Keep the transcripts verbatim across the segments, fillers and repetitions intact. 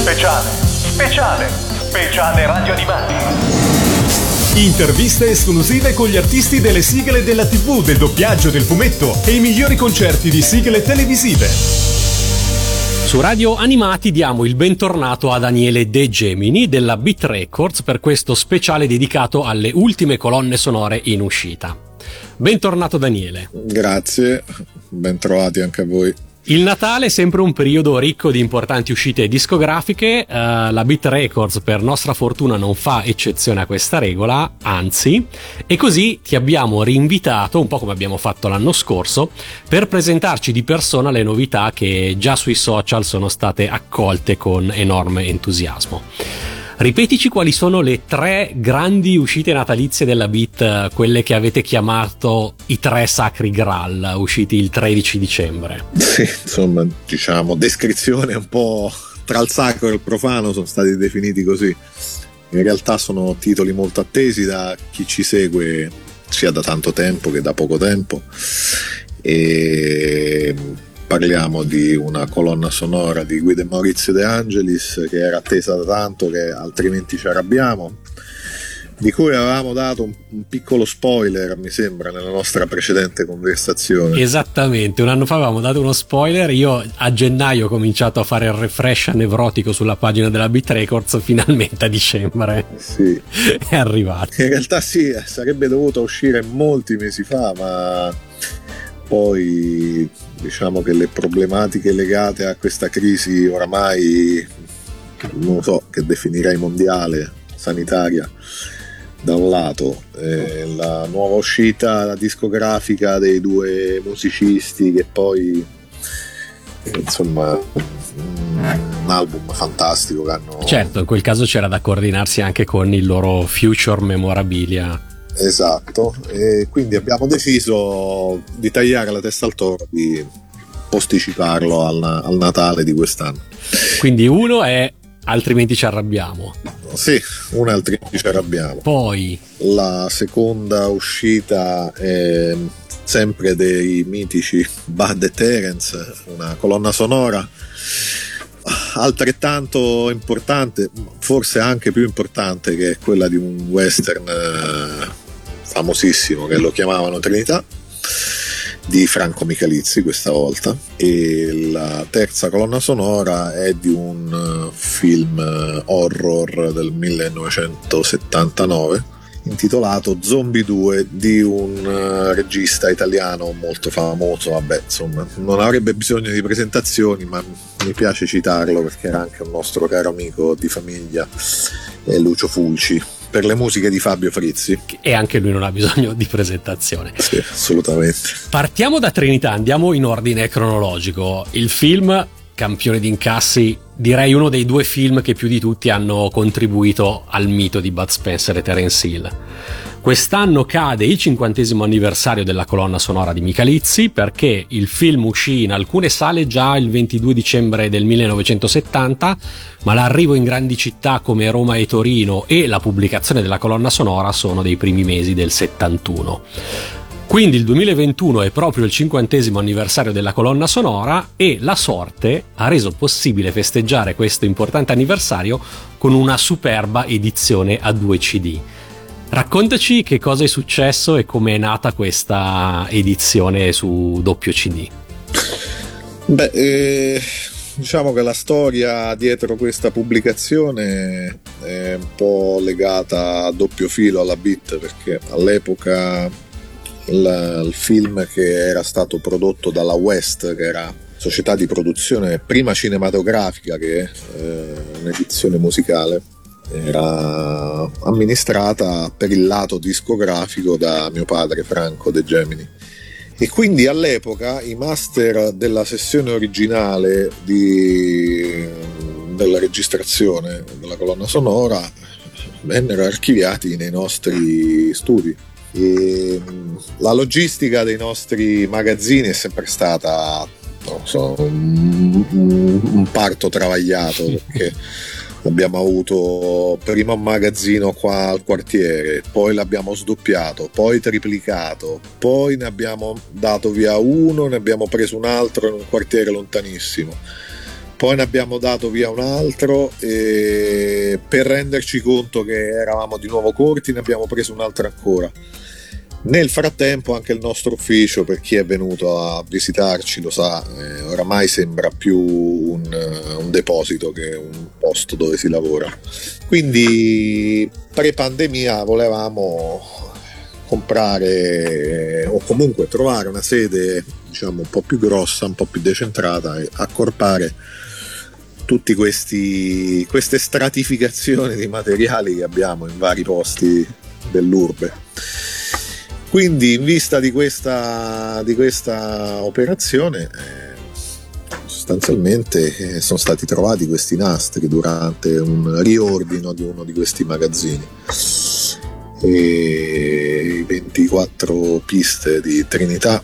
Speciale, speciale, speciale radio animati. Interviste esclusive con gli artisti delle sigle della tivù, del doppiaggio, del fumetto e i migliori concerti di sigle televisive. Su Radio Animati diamo il bentornato a Daniele De Gemini della Beat Records per questo speciale dedicato alle ultime colonne sonore in uscita. Bentornato Daniele. Grazie, ben trovati anche a voi. Il Natale è sempre un periodo ricco di importanti uscite discografiche, uh, la Beat Records per nostra fortuna non fa eccezione a questa regola, anzi, e così ti abbiamo rinvitato, un po' come abbiamo fatto l'anno scorso, per presentarci di persona le novità che già sui social sono state accolte con enorme entusiasmo. Ripetici quali sono le tre grandi uscite natalizie della Beat, quelle che avete chiamato i tre sacri Graal, usciti il tredici dicembre. Sì, insomma, diciamo, descrizione un po' tra il sacro e il profano, sono stati definiti così. In realtà sono titoli molto attesi da chi ci segue sia da tanto tempo che da poco tempo, e parliamo di una colonna sonora di Guido e Maurizio De Angelis che era attesa da tanto che altrimenti ci arrabbiamo, di cui avevamo dato un, un piccolo spoiler, mi sembra, nella nostra precedente conversazione. Esattamente, un anno fa avevamo dato uno spoiler. Io a gennaio ho cominciato a fare il refresh nevrotico sulla pagina della Beat Records, finalmente a dicembre sì. è arrivato. In realtà sì, sarebbe dovuto uscire molti mesi fa, ma poi diciamo che le problematiche legate a questa crisi oramai, non so, che definirei mondiale, sanitaria, da un lato, eh, la nuova uscita discografica dei due musicisti che poi, insomma, un album fantastico che hanno... Certo, in quel caso c'era da coordinarsi anche con il loro future memorabilia. Esatto, e quindi abbiamo deciso di tagliare la testa al toro, di posticiparlo al, al Natale di quest'anno. Quindi uno è Altrimenti ci arrabbiamo. Sì, una Altrimenti ci arrabbiamo. Poi la seconda uscita è sempre dei mitici Bud e Terence, una colonna sonora altrettanto importante, forse anche più importante, che è quella di un western famosissimo che lo chiamavano Trinità, di Franco Michalizzi questa volta. E la terza colonna sonora è di un film horror del millenovecentosettantanove intitolato Zombie due, di un regista italiano molto famoso. Vabbè, insomma, non avrebbe bisogno di presentazioni, ma mi piace citarlo perché era anche un nostro caro amico di famiglia, è Lucio Fulci, per le musiche di Fabio Frizzi. E anche lui non ha bisogno di presentazione. Sì, assolutamente. Partiamo da Trinità, andiamo in ordine cronologico. Il film, campione di incassi, direi uno dei due film che più di tutti hanno contribuito al mito di Bud Spencer e Terence Hill. Quest'anno cade il cinquantesimo anniversario della colonna sonora di Michalizzi, perché il film uscì in alcune sale già il ventidue dicembre del millenovecentosettanta, ma l'arrivo in grandi città come Roma e Torino e la pubblicazione della colonna sonora sono dei primi mesi del settantuno. Quindi il duemilaventuno è proprio il cinquantesimo anniversario della colonna sonora e la sorte ha reso possibile festeggiare questo importante anniversario con una superba edizione a due C D. Raccontaci che cosa è successo e come è nata questa edizione su doppio C D. Beh, eh, diciamo che la storia dietro questa pubblicazione è un po' legata a doppio filo alla Beat, perché all'epoca il, il film che era stato prodotto dalla West, che era società di produzione prima cinematografica che eh, un'edizione musicale, era amministrata per il lato discografico da mio padre Franco De Gemini, e quindi all'epoca i master della sessione originale di, della registrazione della colonna sonora vennero archiviati nei nostri studi. E la logistica dei nostri magazzini è sempre stata, non so, un, un parto travagliato, perché abbiamo avuto prima un magazzino qua al quartiere, poi l'abbiamo sdoppiato, poi triplicato, poi ne abbiamo dato via uno, ne abbiamo preso un altro in un quartiere lontanissimo, poi ne abbiamo dato via un altro e per renderci conto che eravamo di nuovo corti ne abbiamo preso un altro ancora. Nel frattempo anche il nostro ufficio, per chi è venuto a visitarci lo sa, eh, oramai sembra più un, un deposito che un posto dove si lavora. Quindi pre-pandemia volevamo comprare o comunque trovare una sede, diciamo, un po' più grossa, un po' più decentrata e accorpare tutti questi queste stratificazioni di materiali che abbiamo in vari posti dell'urbe. Quindi in vista di questa, di questa operazione eh, sostanzialmente eh, sono stati trovati questi nastri durante un riordino di uno di questi magazzini e ventiquattro piste di Trinità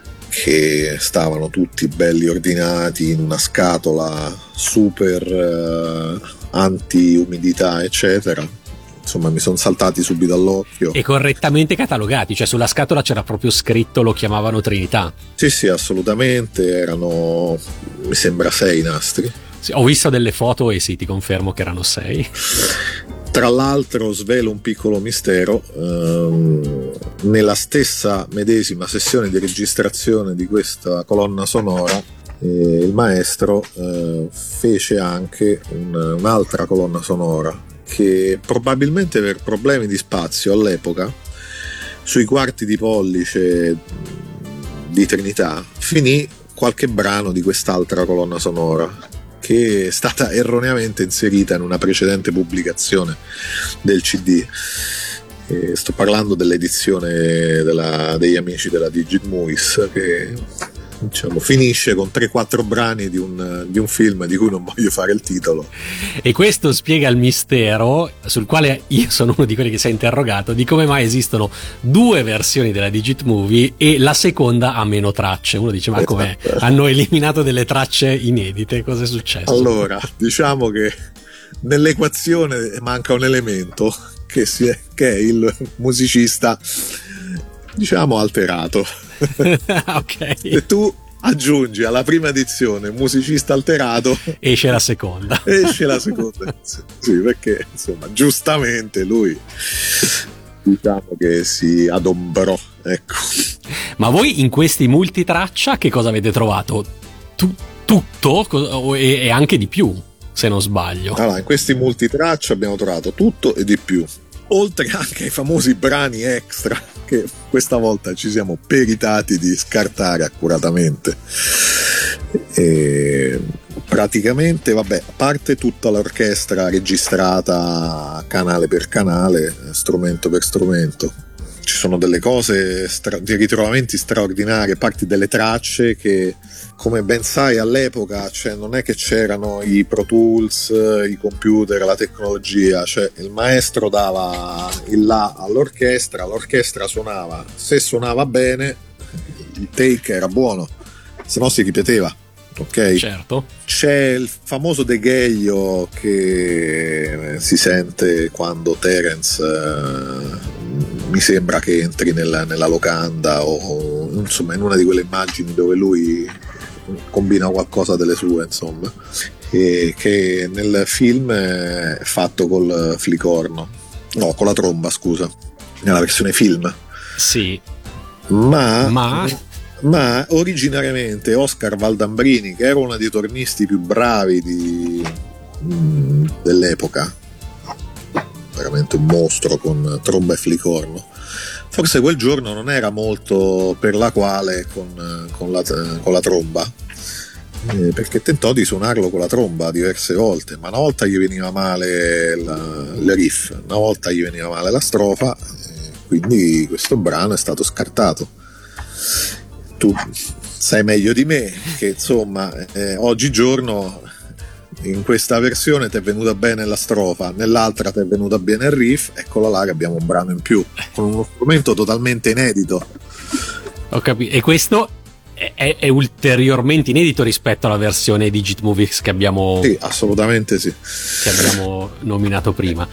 che stavano tutti belli ordinati in una scatola super eh, anti-umidità eccetera. Insomma, mi sono saltati subito all'occhio. E correttamente catalogati, cioè sulla scatola c'era proprio scritto, lo chiamavano Trinità. Sì, sì, assolutamente, erano, mi sembra, sei nastri. Sì, ho visto delle foto e sì, ti confermo che erano sei. Tra l'altro svelo un piccolo mistero, ehm, nella stessa medesima sessione di registrazione di questa colonna sonora eh, il maestro eh, fece anche un, un'altra colonna sonora che probabilmente per problemi di spazio all'epoca sui quarti di pollice di Trinità finì qualche brano di quest'altra colonna sonora che è stata erroneamente inserita in una precedente pubblicazione del C D. E sto parlando dell'edizione della, degli amici della Digit Movies che, diciamo, finisce con tre quattro brani di un, di un film di cui non voglio fare il titolo. E questo spiega il mistero sul quale io sono uno di quelli che si è interrogato di come mai esistono due versioni della Digit Movie e la seconda ha meno tracce. Uno dice ma com'è? Esatto. Hanno eliminato delle tracce inedite, cosa è successo? Allora, diciamo che nell'equazione manca un elemento che, si è, che è il musicista, diciamo, alterato. Ok. E tu aggiungi alla prima edizione musicista alterato, esce la seconda. Esce la seconda. Sì, perché insomma, giustamente lui, diciamo che si adombrò, ecco. Ma voi in questi multitraccia che cosa avete trovato? Tu, tutto e, e anche di più, se non sbaglio. Allora, in questi multitraccia abbiamo trovato tutto e di più, oltre anche ai famosi brani extra che questa volta ci siamo peritati di scartare accuratamente. E praticamente, vabbè, a parte tutta l'orchestra registrata canale per canale, strumento per strumento, ci sono delle cose, stra- dei ritrovamenti straordinari, parti delle tracce che, come ben sai, all'epoca, cioè, non è che c'erano i Pro Tools, i computer, la tecnologia, cioè il maestro dava il là all'orchestra, l'orchestra suonava, se suonava bene il take era buono, se no si ripeteva. Ok, certo. C'è il famoso degheglio che si sente quando Terence eh, mi sembra che entri nella, nella locanda o insomma in una di quelle immagini dove lui combina qualcosa delle sue, insomma, e che nel film è fatto col flicorno, no, con la tromba, scusa, nella versione film. Sì. Ma... Ma... ma originariamente Oscar Valdambrini, che era uno dei tornisti più bravi di, mh, dell'epoca, veramente un mostro con tromba e flicorno, forse quel giorno non era molto per la quale con, con, la, con la tromba, eh, perché tentò di suonarlo con la tromba diverse volte, ma una volta gli veniva male la, il riff, una volta gli veniva male la strofa, eh, quindi questo brano è stato scartato. Tu sai meglio di me che insomma eh, oggigiorno in questa versione ti è venuta bene la strofa, nell'altra ti è venuta bene il riff, eccola là che abbiamo un brano in più con uno strumento totalmente inedito. Ho capito. E questo è, è, è ulteriormente inedito rispetto alla versione Digit Movies che abbiamo, sì, assolutamente sì, che abbiamo nominato prima.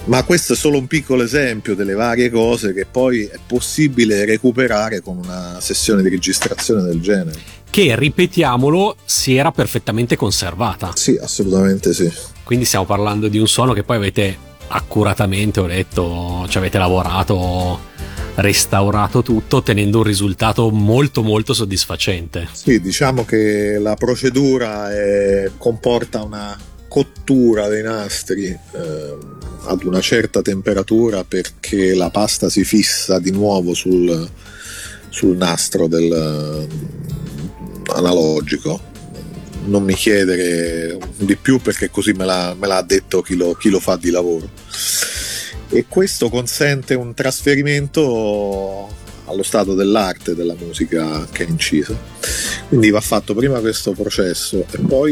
Ma questo è solo un piccolo esempio delle varie cose che poi è possibile recuperare con una sessione di registrazione del genere. Che, ripetiamolo, si era perfettamente conservata. Sì, assolutamente sì. Quindi stiamo parlando di un suono che poi avete accuratamente, ho detto, ci avete lavorato, restaurato tutto, ottenendo un risultato molto molto soddisfacente. Sì, diciamo che la procedura è, comporta una cottura dei nastri eh, ad una certa temperatura, perché la pasta si fissa di nuovo sul, sul nastro del analogico. Non mi chiedere di più, perché così me l'ha, me l'ha detto chi lo, chi lo fa di lavoro, e questo consente un trasferimento allo stato dell'arte della musica che è incisa. Quindi va fatto prima questo processo e poi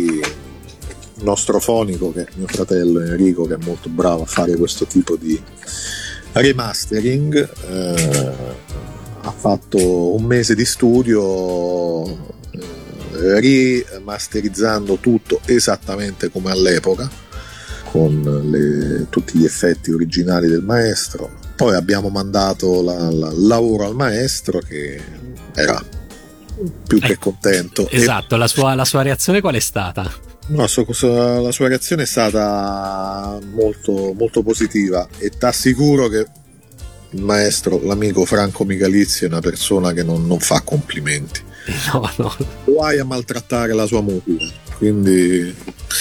il nostro fonico, che è mio fratello Enrico, che è molto bravo a fare questo tipo di remastering, eh, ha fatto un mese di studio eh, rimasterizzando tutto esattamente come all'epoca, con le, tutti gli effetti originali del maestro. Poi abbiamo mandato la, la, il lavoro al maestro, che era più che contento. Esatto, e la sua, la sua reazione qual è stata? No, la sua, la sua reazione è stata molto, molto positiva, e ti assicuro che il maestro, l'amico Franco Michalizzi, è una persona che non, non fa complimenti. No, no. Guai a maltrattare la sua musica. Quindi,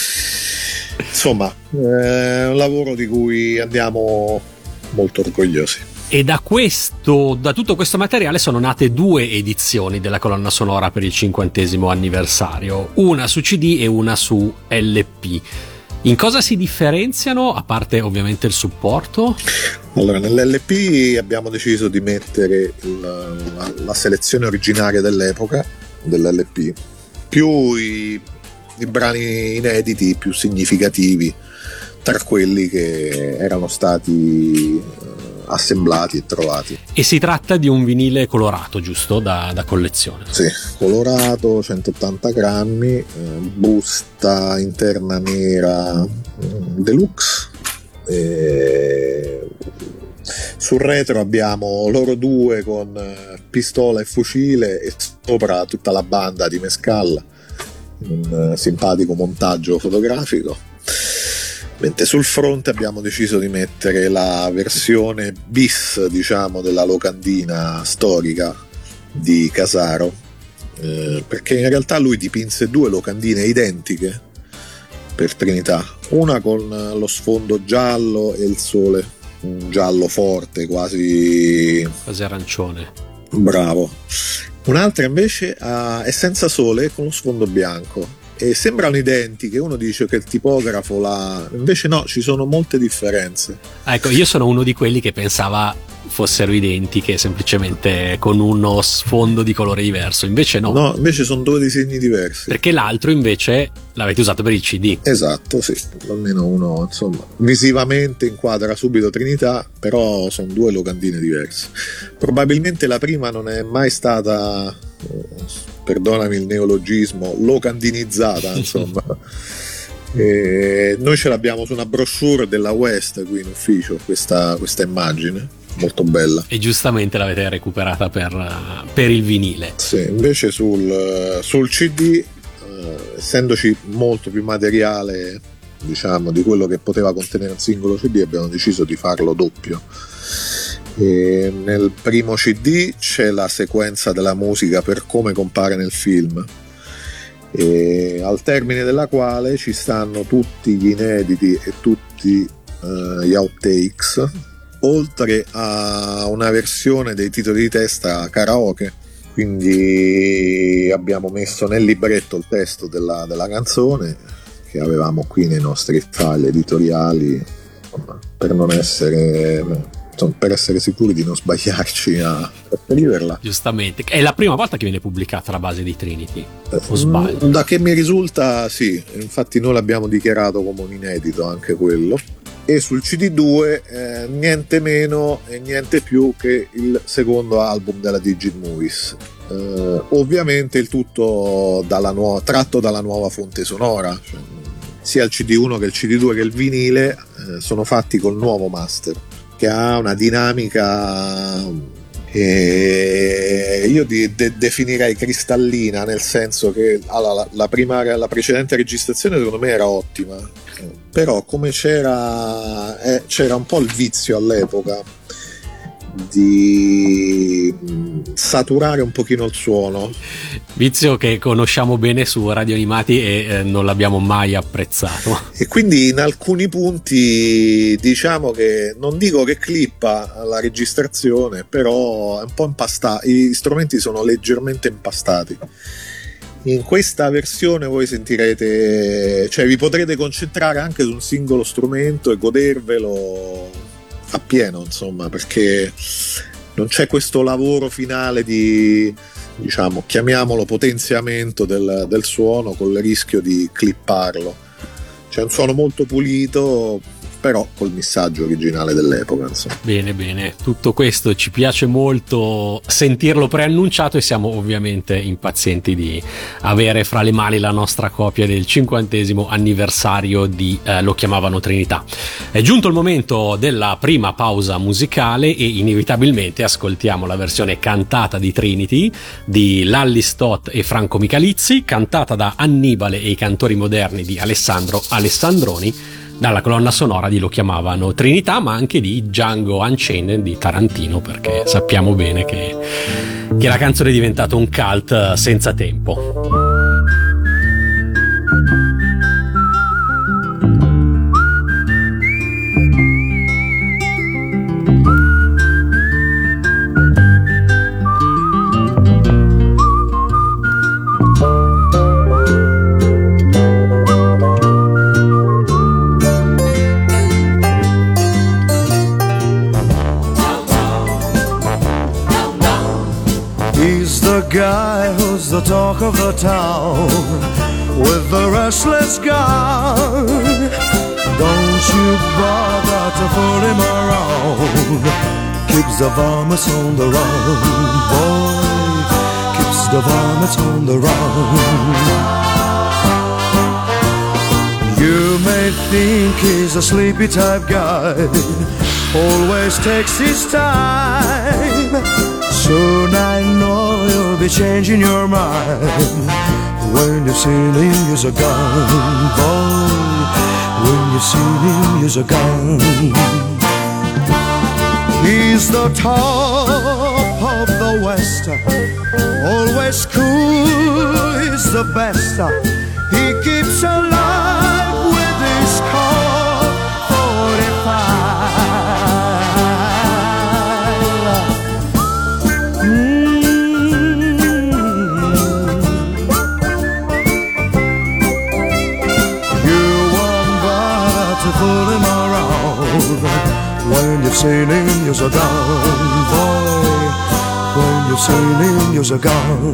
insomma, è un lavoro di cui andiamo molto orgogliosi. E da questo, da tutto questo materiale sono nate due edizioni della colonna sonora per il cinquantesimo anniversario, una su C D e una su L P. In cosa si differenziano, a parte ovviamente il supporto? Allora, nell'L P abbiamo deciso di mettere la, la, la selezione originaria dell'epoca dell'L P, più i, i brani inediti più significativi tra quelli che erano stati assemblati e trovati. E si tratta di un vinile colorato, giusto? Da, da collezione. Sì, colorato, centottanta grammi, eh, busta interna nera mm, deluxe. E sul retro abbiamo loro due con pistola e fucile, e sopra tutta la banda di Mescal, un simpatico montaggio fotografico. Mentre sul fronte abbiamo deciso di mettere la versione bis, diciamo, della locandina storica di Casaro, eh, perché in realtà lui dipinse due locandine identiche per Trinità, una con lo sfondo giallo e il sole, un giallo forte, quasi quasi arancione, bravo, un'altra invece uh, è senza sole con lo sfondo bianco. E sembrano identiche, uno dice che il tipografo la... invece no, ci sono molte differenze. Ecco, io sono uno di quelli che pensava fossero identiche, semplicemente con uno sfondo di colore diverso, invece no. No, invece sono due disegni diversi. Perché l'altro invece l'avete usato per il C D. Esatto, sì, almeno uno, insomma, visivamente inquadra subito Trinità, però sono due locandine diverse. Probabilmente la prima non è mai stata, perdonami il neologismo, locandinizzata, insomma. E noi ce l'abbiamo su una brochure della West qui in ufficio, questa, questa immagine molto bella, e giustamente l'avete recuperata per, per il vinile. Sì, invece sul, sul C D, eh, essendoci molto più materiale, diciamo, di quello che poteva contenere un singolo C D, abbiamo deciso di farlo doppio. E nel primo C D c'è la sequenza della musica per come compare nel film, e al termine della quale ci stanno tutti gli inediti e tutti uh, gli outtakes, oltre a una versione dei titoli di testa karaoke. Quindi abbiamo messo nel libretto il testo della, della canzone, che avevamo qui nei nostri file editoriali, per non essere... per essere sicuri di non sbagliarci a scriverla. Giustamente, è la prima volta che viene pubblicata la base di Trinity, o sbaglio? Da che mi risulta sì, infatti noi l'abbiamo dichiarato come un inedito anche quello. E sul C D due eh, niente meno e niente più che il secondo album della Digit Movies, eh, ovviamente il tutto dalla nuova, tratto dalla nuova fonte sonora, cioè, sia il C D uno che il C D due che il vinile eh, sono fatti col nuovo master, che ha una dinamica e io de- de- definirei cristallina, nel senso che allora, la, la, prima, la precedente registrazione secondo me era ottima, eh, però come c'era eh, c'era un po' il vizio all'epoca di saturare un pochino il suono, vizio che conosciamo bene su Radio Animati e eh, non l'abbiamo mai apprezzato, e quindi in alcuni punti diciamo che non dico che clippa la registrazione, però è un po' impastata, gli strumenti sono leggermente impastati. In questa versione voi sentirete, cioè vi potrete concentrare anche su un singolo strumento e godervelo appieno, insomma, perché non c'è questo lavoro finale di, diciamo, chiamiamolo potenziamento del, del suono con il rischio di clipparlo. C'è un suono molto pulito, però col messaggio originale dell'epoca, insomma. Bene, bene, tutto questo ci piace molto sentirlo preannunciato e siamo ovviamente impazienti di avere fra le mani la nostra copia del cinquantesimo anniversario di eh, Lo chiamavano Trinità. È giunto il momento della prima pausa musicale e inevitabilmente ascoltiamo la versione cantata di Trinity di Lalli Stott e Franco Michalizzi, cantata da Annibale e i cantori moderni di Alessandro Alessandroni, dalla colonna sonora di Lo chiamavano Trinità, ma anche di Django Unchained di Tarantino, perché sappiamo bene che, che la canzone è diventata un cult senza tempo. Guy who's the talk of the town with the restless gun. Don't you bother to fool him around. Keeps the varmints on the run, boy. Keeps the varmints on the run. You may think he's a sleepy type guy, always takes his time. Soon I know you'll be changing your mind when you've seen him use a gun, boy. When you've seen him use a gun. He's the top of the West, always cool, he's the best. He keeps alive with his Colt forty-five. Pull him around when you've seen him use a gun, boy. When you've seen him use a gun.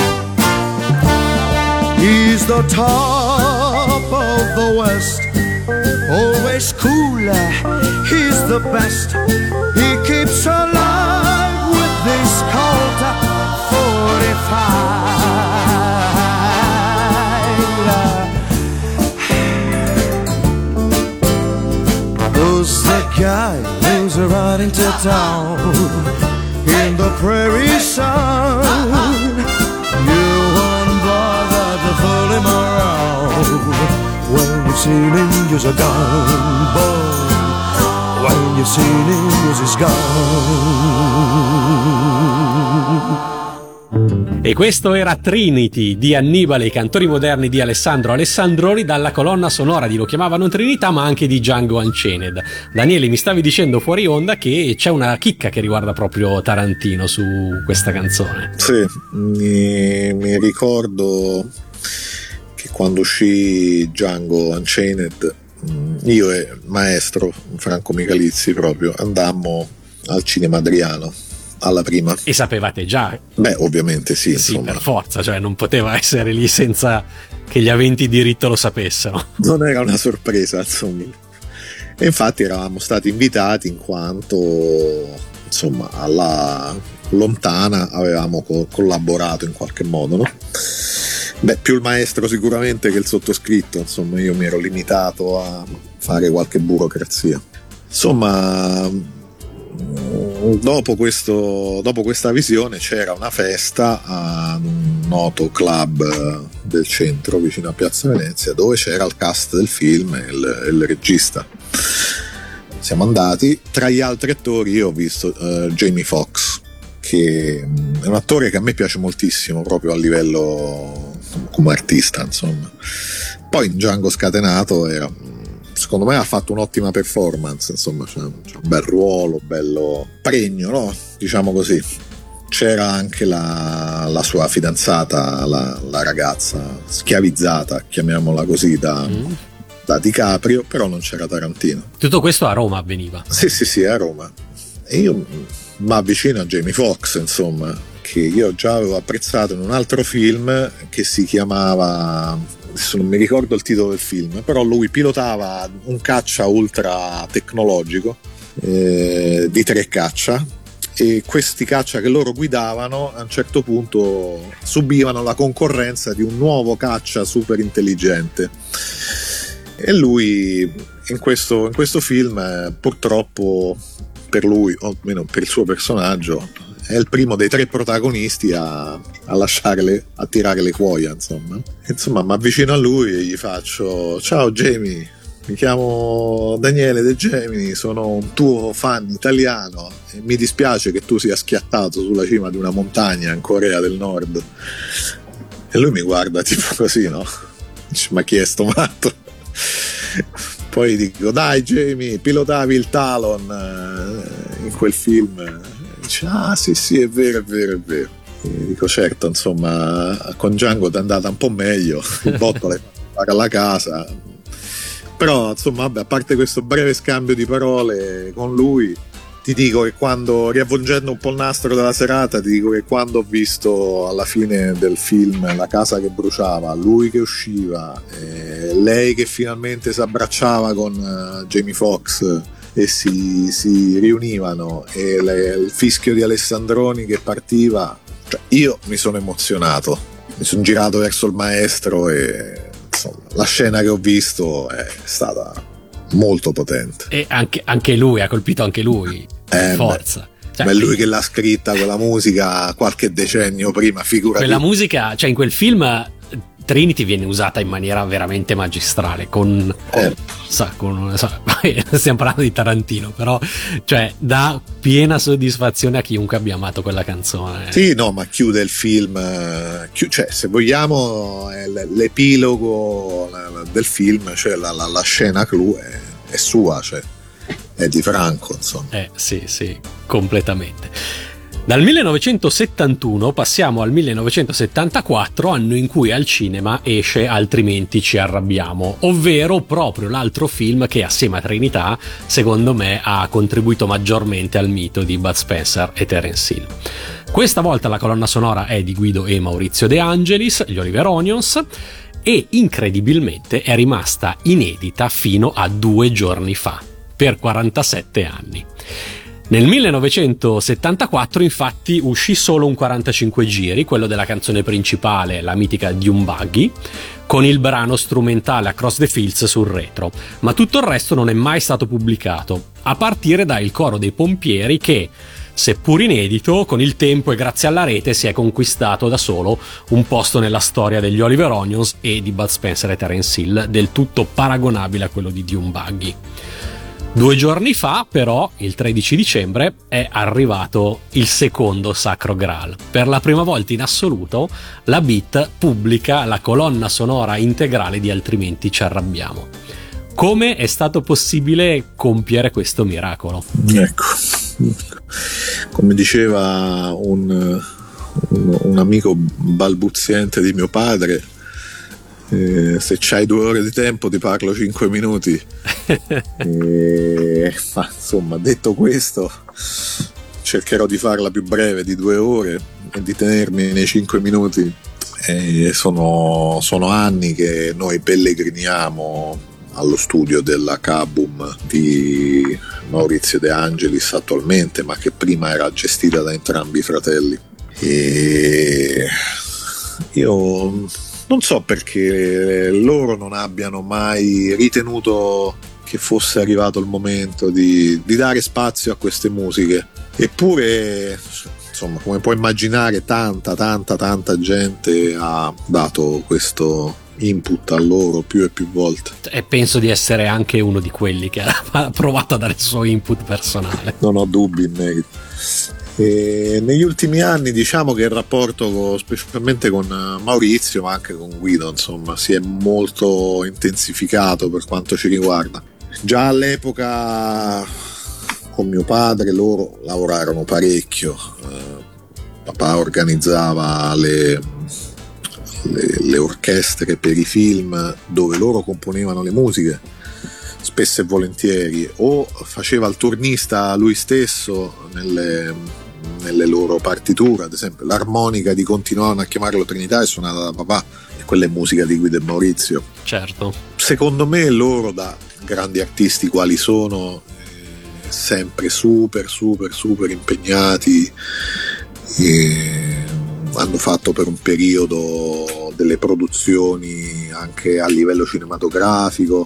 He's the top of the West, always cooler, he's the best. He keeps alive with this Colt forty-five. Who's the guy who's riding to town in the prairie sun? You won't bother to fool him around when you've seen him use a gun, boy. When you've seen him use his gun. E questo era Trinity di Annibale, i cantori moderni di Alessandro Alessandroni, dalla colonna sonora di Lo chiamavano Trinità, ma anche di Django Unchained. Daniele, mi stavi dicendo fuori onda che c'è una chicca che riguarda proprio Tarantino su questa canzone. Sì, mi, mi ricordo che quando uscì Django Unchained, io e il maestro Franco Michalizzi proprio andammo al Cinema Adriano alla prima. E sapevate già? Beh, ovviamente sì, sì, insomma. per forza, cioè non poteva essere lì senza che gli aventi diritto lo sapessero. Non era una sorpresa, insomma. E infatti eravamo stati invitati in quanto, insomma, alla lontana avevamo co- collaborato in qualche modo, no? Beh, più il maestro sicuramente che il sottoscritto, insomma io mi ero limitato a fare qualche burocrazia. Insomma, dopo, questo, dopo questa visione c'era una festa a un noto club del centro vicino a Piazza Venezia dove c'era il cast del film e il, il regista. Siamo andati, tra gli altri attori io ho visto uh, Jamie Foxx, che è un attore che a me piace moltissimo proprio a livello come artista, insomma. Poi in Django Scatenato era, secondo me ha fatto un'ottima performance, insomma c'è un, c'è un bel ruolo, bello pregno, no? Diciamo così. C'era anche la, la sua fidanzata, la, la ragazza schiavizzata, chiamiamola così, da, mm. da DiCaprio, però non c'era Tarantino. Tutto questo a Roma avveniva? Sì, sì, sì, a Roma. E io mi avvicino a Jamie Foxx, insomma, che io già avevo apprezzato in un altro film che si chiamava, adesso non mi ricordo il titolo del film, però lui pilotava un caccia ultra tecnologico eh, di tre caccia, e questi caccia che loro guidavano a un certo punto subivano la concorrenza di un nuovo caccia super intelligente, e lui in questo, in questo film eh, purtroppo per lui, o almeno per il suo personaggio, è il primo dei tre protagonisti a, a lasciarle, a tirare le cuoia, insomma. Insomma, mi avvicino a lui e gli faccio: ciao Jamie, mi chiamo Daniele De Gemini, sono un tuo fan italiano e mi dispiace che tu sia schiattato sulla cima di una montagna in Corea del Nord. E lui mi guarda tipo così, no? Ma chi è sto matto? Poi dico: dai Jamie, pilotavi il Talon eh, in quel film. Dice: ah sì sì, è vero, è vero, è vero. E dico: certo, insomma, con Django ti è andata un po' meglio, il botto l'hai fatto alla casa. Però insomma, vabbè, a parte questo breve scambio di parole con lui, ti dico che quando, riavvolgendo un po' il nastro della serata, ti dico che quando ho visto alla fine del film la casa che bruciava, lui che usciva, eh, lei che finalmente si abbracciava con uh, Jamie Foxx e si, si riunivano, e le, il fischio di Alessandroni che partiva, cioè io mi sono emozionato, mi sono girato verso il maestro e insomma, la scena che ho visto è stata molto potente. E anche, anche lui ha colpito anche lui eh, forza. Cioè, ma è lui che l'ha scritta quella musica qualche decennio prima, figurati. Quella musica, cioè in quel film Trinity viene usata in maniera veramente magistrale con, con, eh. sa, con sa, stiamo parlando di Tarantino, però cioè dà piena soddisfazione a chiunque abbia amato quella canzone. Sì, no, ma chiude il film, chi, cioè se vogliamo è l'epilogo del film, cioè la, la, la scena clou è, è sua, cioè è di Franco, insomma. Eh sì, sì, completamente. Dal millenovecentosettantuno passiamo al millenovecentosettantaquattro, anno in cui al cinema esce Altrimenti ci arrabbiamo, ovvero proprio l'altro film che assieme a Trinità secondo me ha contribuito maggiormente al mito di Bud Spencer e Terence Hill. Questa volta la colonna sonora è di Guido e Maurizio De Angelis, gli Oliver Onions, e incredibilmente è rimasta inedita fino a due giorni fa, per quarantasette anni. Nel millenovecentosettantaquattro infatti uscì solo un quarantacinque giri, quello della canzone principale, la mitica Dune Buggy, con il brano strumentale Across the Fields sul retro, ma tutto il resto non è mai stato pubblicato, a partire da Il coro dei pompieri che, seppur inedito, con il tempo e grazie alla rete si è conquistato da solo un posto nella storia degli Oliver Onions e di Bud Spencer e Terence Hill, del tutto paragonabile a quello di Dune Buggy. Due giorni fa, però, il tredici dicembre, è arrivato il secondo Sacro Graal. Per la prima volta in assoluto, la Beat pubblica la colonna sonora integrale di Altrimenti ci arrabbiamo. Come è stato possibile compiere questo miracolo? Ecco, come diceva un, un, un amico balbuziente di mio padre, Eh, se c'hai due ore di tempo ti parlo cinque minuti. e, ma insomma, detto questo, cercherò di farla più breve di due ore e di tenermi nei cinque minuti. E sono, sono anni che noi pellegriniamo allo studio della Kabum di Maurizio De Angelis attualmente, ma che prima era gestita da entrambi i fratelli. E io Non so perché loro non abbiano mai ritenuto che fosse arrivato il momento di, di dare spazio a queste musiche. Eppure, insomma, come puoi immaginare, tanta, tanta, tanta gente ha dato questo input a loro più e più volte. E penso di essere anche uno di quelli che ha provato a dare il suo input personale. Non ho dubbi in merito. E negli ultimi anni diciamo che il rapporto con, specialmente con Maurizio ma anche con Guido, insomma, si è molto intensificato per quanto ci riguarda. Già all'epoca con mio padre loro lavorarono parecchio, eh, papà organizzava le, le, le orchestre per i film dove loro componevano le musiche, spesso e volentieri, o faceva il turnista lui stesso nelle, nelle loro partiture. Ad esempio l'armonica di Continuavano a chiamarlo Trinità è suonata da papà, e quella è musica di Guido e Maurizio. Certo. Secondo me loro, da grandi artisti quali sono, eh, sempre super super super impegnati, e hanno fatto per un periodo delle produzioni anche a livello cinematografico.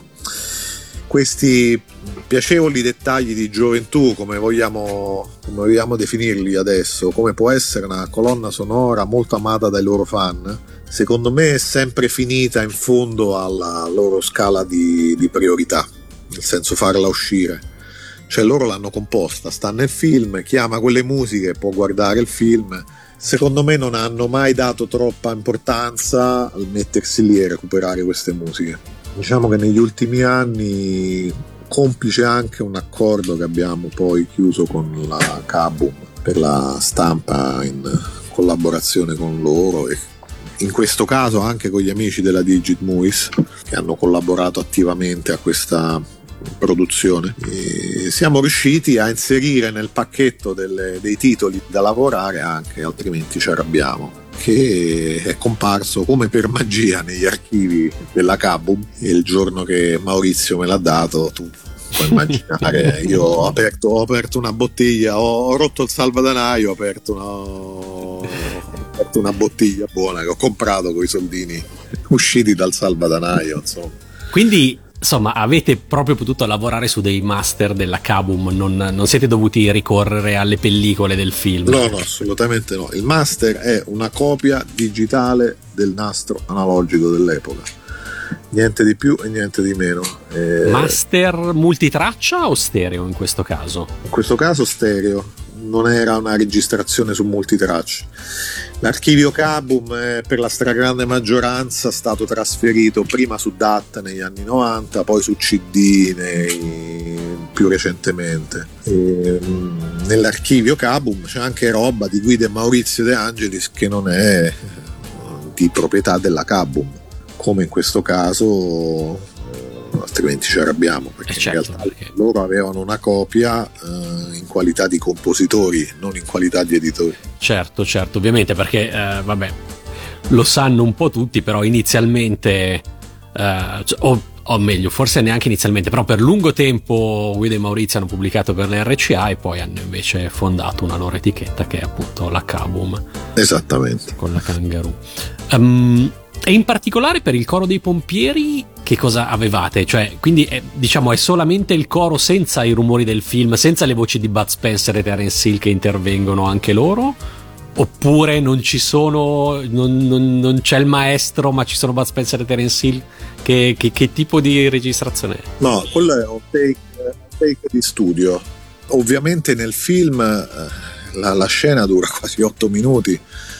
Questi piacevoli dettagli di gioventù, come vogliamo, come vogliamo definirli adesso, come può essere una colonna sonora molto amata dai loro fan, secondo me è sempre finita in fondo alla loro scala di, di priorità, nel senso farla uscire. Cioè loro l'hanno composta, sta nel film, chi ama quelle musiche può guardare il film. Secondo me non hanno mai dato troppa importanza al mettersi lì e recuperare queste musiche. Diciamo che negli ultimi anni, complice anche un accordo che abbiamo poi chiuso con la Kaboom per la stampa in collaborazione con loro, e in questo caso anche con gli amici della Digit Movies che hanno collaborato attivamente a questa produzione, e siamo riusciti a inserire nel pacchetto delle, dei titoli da lavorare anche Altrimenti ci arrabbiamo, che è comparso come per magia negli archivi della Kaboom, e il giorno che Maurizio me l'ha dato, tu puoi immaginare, io ho aperto, ho aperto una bottiglia, ho, ho rotto il salvadanaio, ho aperto una, ho aperto una bottiglia buona che ho comprato con i soldini usciti dal salvadanaio, insomma. Quindi insomma avete proprio potuto lavorare su dei master della Kaboom, non, non siete dovuti ricorrere alle pellicole del film? No, no, assolutamente no. Il master è una copia digitale del nastro analogico dell'epoca, niente di più e niente di meno. Eh, master multitraccia o stereo in questo caso? In questo caso stereo, non era una registrazione su multitracce. L'archivio Kaboom è per la stragrande maggioranza stato trasferito prima su D A T negli anni novanta, poi su C D nei, più recentemente. E, nell'archivio Kaboom c'è anche roba di Guido e Maurizio De Angelis che non è di proprietà della Kaboom, come in questo caso Altrimenti ci arrabbiamo, perché eh certo, in realtà perché... loro avevano una copia eh, in qualità di compositori, non in qualità di editori. Certo, certo, ovviamente, perché eh, vabbè, lo sanno un po' tutti, però inizialmente eh, o, o meglio, forse neanche inizialmente, però per lungo tempo Guido e Maurizio hanno pubblicato per la R C A e poi hanno invece fondato una loro etichetta che è appunto la Kaboom. Esattamente. Con la Kangaroo. Um, e in particolare per il coro dei pompieri che cosa avevate? Cioè, quindi è, diciamo è solamente il coro senza i rumori del film, senza le voci di Bud Spencer e Terence Hill che intervengono anche loro? Oppure non ci sono, non, non, non c'è il maestro ma ci sono Bud Spencer e Terence Hill? Che, che, che tipo di registrazione è? No, quello è un take, un take di studio. Ovviamente nel film la, la scena dura quasi otto minuti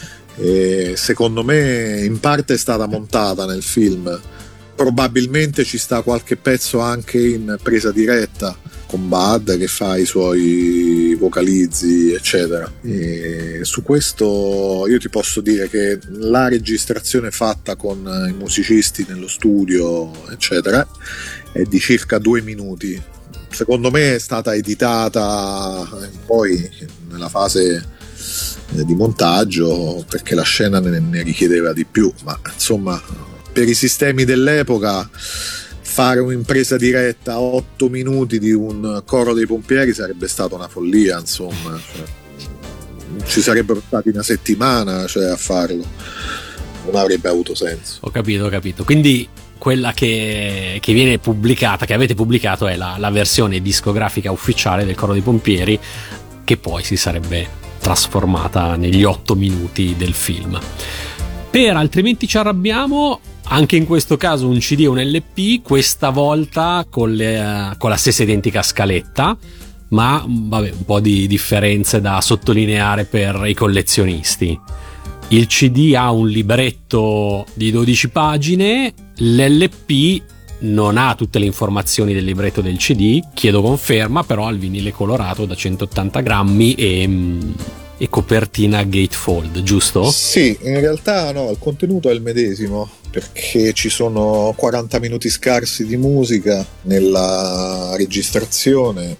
e secondo me in parte è stata montata nel film. Probabilmente ci sta qualche pezzo anche in presa diretta con Bud che fa i suoi vocalizzi eccetera, e su questo io ti posso dire che la registrazione fatta con i musicisti nello studio eccetera è di circa due minuti. Secondo me è stata editata poi nella fase di montaggio perché la scena ne, ne richiedeva di più, ma insomma per i sistemi dell'epoca fare un'impresa diretta a otto minuti di un coro dei pompieri sarebbe stata una follia, insomma, cioè, ci sarebbero stati una settimana cioè, a farlo. non avrebbe avuto senso. Ho capito, ho capito. Quindi quella che, che viene pubblicata, che avete pubblicato, è la, la versione discografica ufficiale del Coro dei Pompieri, che poi si sarebbe trasformata negli otto minuti del film. Per Altrimenti ci arrabbiamo, anche in questo caso un C D e un L P, questa volta con, le, con la stessa identica scaletta, ma vabbè, un po' di differenze da sottolineare per i collezionisti. Il C D ha un libretto di dodici pagine, l'L P non ha tutte le informazioni del libretto del C D, chiedo conferma, però ha il vinile colorato da centottanta grammi e, e copertina gatefold, giusto? Sì, in realtà no, il contenuto è il medesimo, perché ci sono quaranta minuti scarsi di musica nella registrazione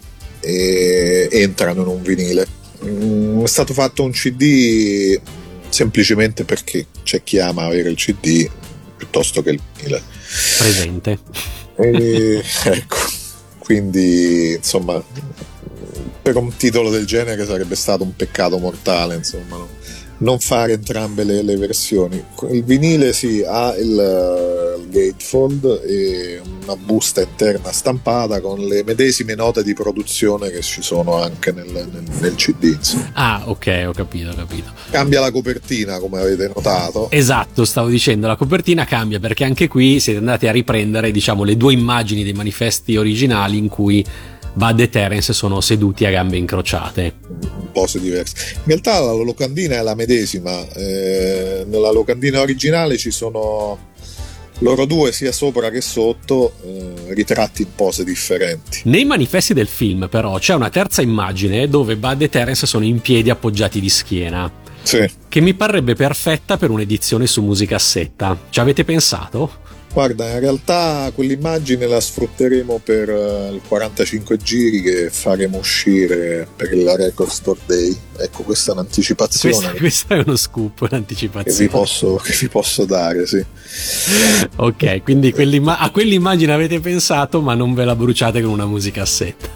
e entrano in un vinile. Mm, è stato fatto un C D semplicemente perché c'è chi ama avere il C D piuttosto che il vinile presente. E, ecco, quindi insomma, per un titolo del genere sarebbe stato un peccato mortale, insomma, no? Non fare entrambe le, le versioni. Il vinile sì, ha il, il gatefold e una busta interna stampata con le medesime note di produzione che ci sono anche nel, nel, nel C D, insomma. Ah, ok, ho capito, ho capito. Cambia la copertina, come avete notato. Esatto, stavo dicendo, la copertina cambia perché anche qui siete andati a riprendere, diciamo, le due immagini dei manifesti originali in cui Bud e Terence sono seduti a gambe incrociate. Un po' diverse. In realtà la locandina è la medesima. Eh, nella locandina originale ci sono loro due sia sopra che sotto, eh, ritratti in pose differenti. Nei manifesti del film però c'è una terza immagine dove Bud e Terence sono in piedi appoggiati di schiena. Sì. Che mi parrebbe perfetta per un'edizione su musicassetta. Ci avete pensato? Guarda, in realtà quell'immagine la sfrutteremo per uh, il quarantacinque giri che faremo uscire per il Record Store Day. Ecco, questa è un'anticipazione. Questa, questo è uno scoop, un'anticipazione. Che vi posso, che vi posso dare, sì. Ok, quindi quell'imma- a quell'immagine avete pensato, ma non ve la bruciate con una musicassetta.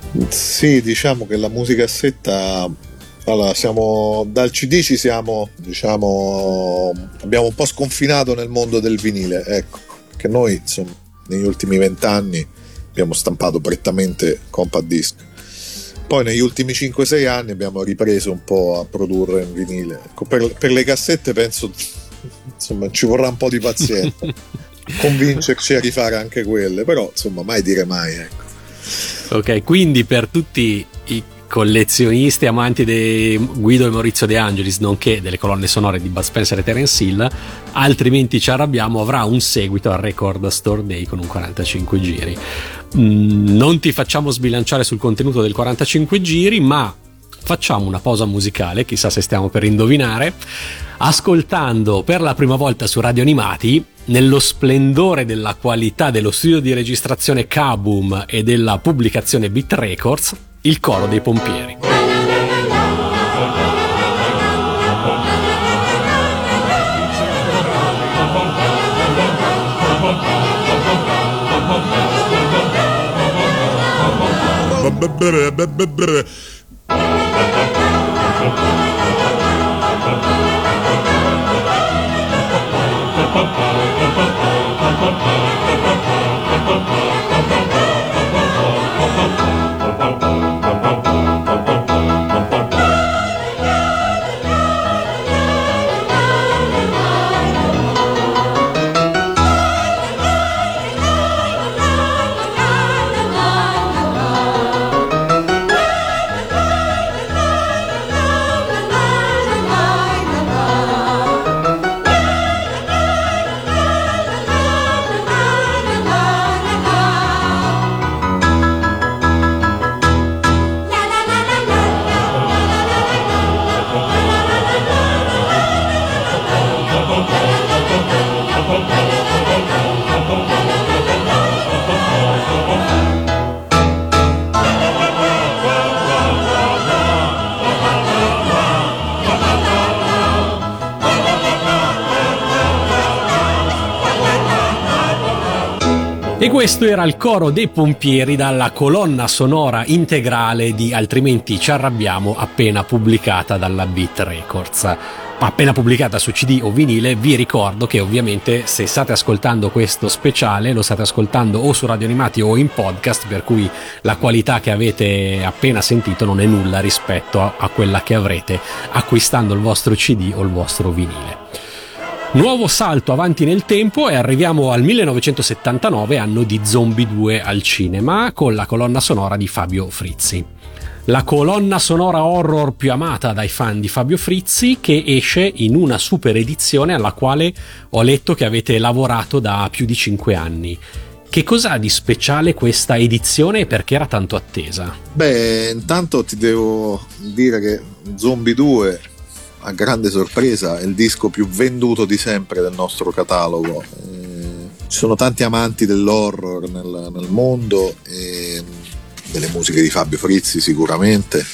Sì, diciamo che la musicassetta... Allora, siamo dal C D ci siamo, diciamo, abbiamo un po' sconfinato nel mondo del vinile, ecco, che noi, insomma, negli ultimi vent'anni abbiamo stampato prettamente compact disc. Poi negli ultimi cinque sei anni abbiamo ripreso un po' a produrre in vinile. Ecco, per, per le cassette penso, insomma, ci vorrà un po' di pazienza, convincerci a rifare anche quelle, però, insomma, mai dire mai, ecco. Ok, quindi per tutti i collezionisti amanti di Guido e Maurizio De Angelis, nonché delle colonne sonore di Bud Spencer e Terence Hill, Altrimenti ci arrabbiamo avrà un seguito al Record Store Day con un quarantacinque giri. Mm, non ti facciamo sbilanciare sul contenuto del quarantacinque giri, ma facciamo una pausa musicale, chissà se stiamo per indovinare, ascoltando per la prima volta su Radio Animati, nello splendore della qualità dello studio di registrazione Kaboom e della pubblicazione Beat Records, il Coro dei Pompieri. E questo era il Coro dei Pompieri dalla colonna sonora integrale di Altrimenti ci arrabbiamo, appena pubblicata dalla Beat Records. appena pubblicata su C D o vinile. Vi ricordo che ovviamente se state ascoltando questo speciale lo state ascoltando o su Radio Animati o in podcast, per cui la qualità che avete appena sentito non è nulla rispetto a, a quella che avrete acquistando il vostro C D o il vostro vinile. Nuovo salto avanti nel tempo e arriviamo al millenovecentosettantanove, anno di Zombie due al cinema, con la colonna sonora di Fabio Frizzi. La colonna sonora horror più amata dai fan di Fabio Frizzi, che esce in una super edizione alla quale ho letto che avete lavorato da più di cinque anni. Che cos'ha di speciale questa edizione e perché era tanto attesa? Beh, intanto ti devo dire che Zombie due, a grande sorpresa, è il disco più venduto di sempre del nostro catalogo. Eh, ci sono tanti amanti dell'horror nel, nel mondo e delle musiche di Fabio Frizzi sicuramente.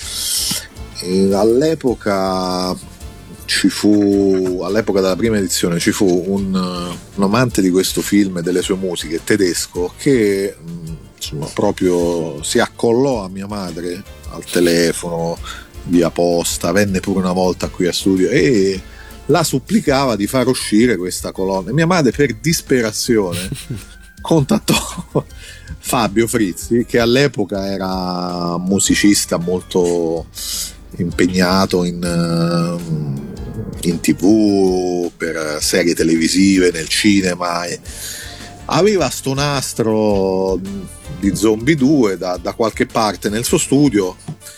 E all'epoca ci fu, all'epoca della prima edizione ci fu un, un amante di questo film e delle sue musiche, tedesco, che insomma proprio si accollò a mia madre al telefono, via posta, venne pure una volta qui a studio e la supplicava di far uscire questa colonna. Mia madre, per disperazione, contattò Fabio Frizzi, che all'epoca era musicista molto impegnato in, in tv, per serie televisive, nel cinema, e aveva sto nastro di Zombie due da, da qualche parte nel suo studio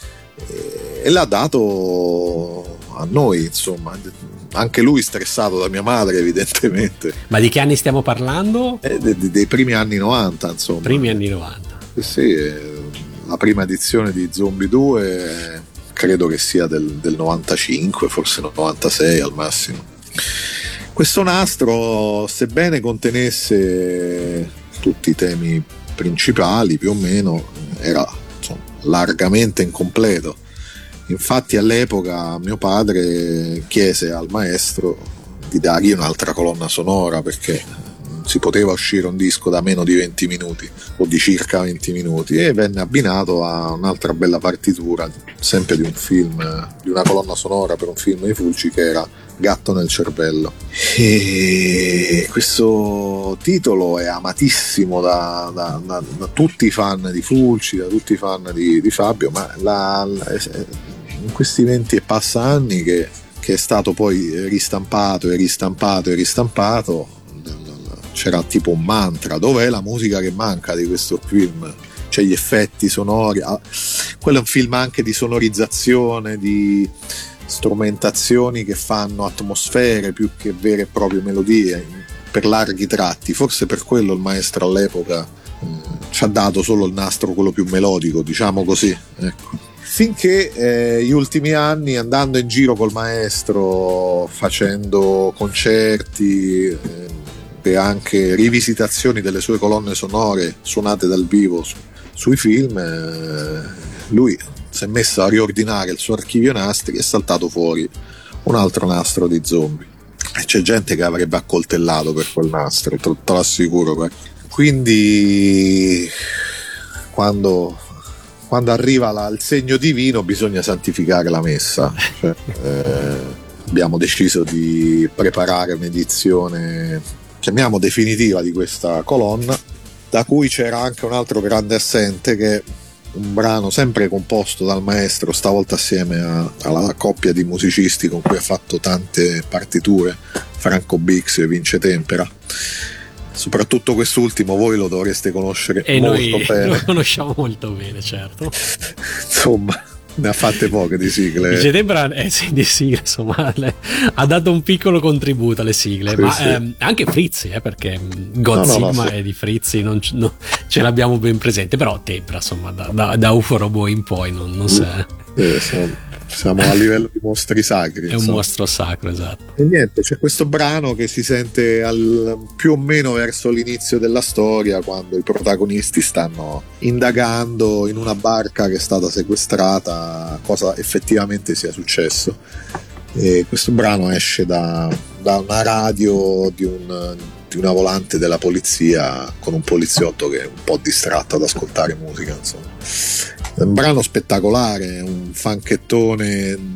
e l'ha dato a noi, insomma, anche lui stressato da mia madre evidentemente. Ma di che anni stiamo parlando? Eh, dei, dei primi anni novanta, insomma. Primi anni novanta. Sì, sì, la prima edizione di Zombie due credo che sia del, del novantacinque, forse novantasei al massimo. Questo nastro, sebbene contenesse tutti i temi principali più o meno, era insomma largamente incompleto. Infatti all'epoca mio padre chiese al maestro di dargli un'altra colonna sonora, perché non si poteva uscire un disco da meno di venti minuti o di circa venti minuti, e venne abbinato a un'altra bella partitura, sempre di un film, di una colonna sonora per un film di Fulci che era Gatto nel cervello. E questo titolo è amatissimo da, da, da, da tutti i fan di Fulci, da tutti i fan di, di Fabio, ma la, la, in questi venti e passa anni che, che è stato poi ristampato e ristampato e ristampato, c'era tipo un mantra: dov'è la musica che manca di questo film? Cioè gli effetti sonori, quello è un film anche di sonorizzazione, di strumentazioni che fanno atmosfere più che vere e proprie melodie per larghi tratti. Forse per quello il maestro all'epoca eh, ci ha dato solo il nastro quello più melodico, diciamo così, ecco. Finché eh, gli ultimi anni, andando in giro col maestro, facendo concerti eh, e anche rivisitazioni delle sue colonne sonore suonate dal vivo su, sui film, eh, lui si è messo a riordinare il suo archivio nastri e è saltato fuori un altro nastro di Zombie, e c'è gente che avrebbe accoltellato per quel nastro, te, te lo assicuro. Quindi quando, quando arriva la, il segno divino bisogna santificare la messa, cioè, eh, abbiamo deciso di preparare un'edizione, chiamiamo definitiva, di questa colonna, da cui c'era anche un altro grande assente, che è un brano sempre composto dal maestro, stavolta assieme a, alla coppia di musicisti con cui ha fatto tante partiture, Franco Bix e Vince Tempera. Soprattutto quest'ultimo voi lo dovreste conoscere e molto noi bene. Lo conosciamo molto bene, certo. Insomma, ne ha fatte poche di sigle. Vince Tempera, eh sì, di sigle, insomma, le, ha dato un piccolo contributo alle sigle, sì, ma sì. Ehm, anche Frizzi, eh, perché Godzilla no, no, no, sì. è di Frizzi, non, no, ce l'abbiamo ben presente, però Tempera, insomma, da, da, da U F O Robot in poi non, non si è... Eh, siamo, siamo a livello di mostri sacri. È insomma. Un mostro sacro, esatto. E niente, c'è questo brano che si sente al, più o meno verso l'inizio della storia, quando i protagonisti stanno indagando in una barca che è stata sequestrata cosa effettivamente sia successo. E questo brano esce da, da una radio di, un, di una volante della polizia, con un poliziotto che è un po' distratto ad ascoltare musica, insomma. È un brano spettacolare, un funkettone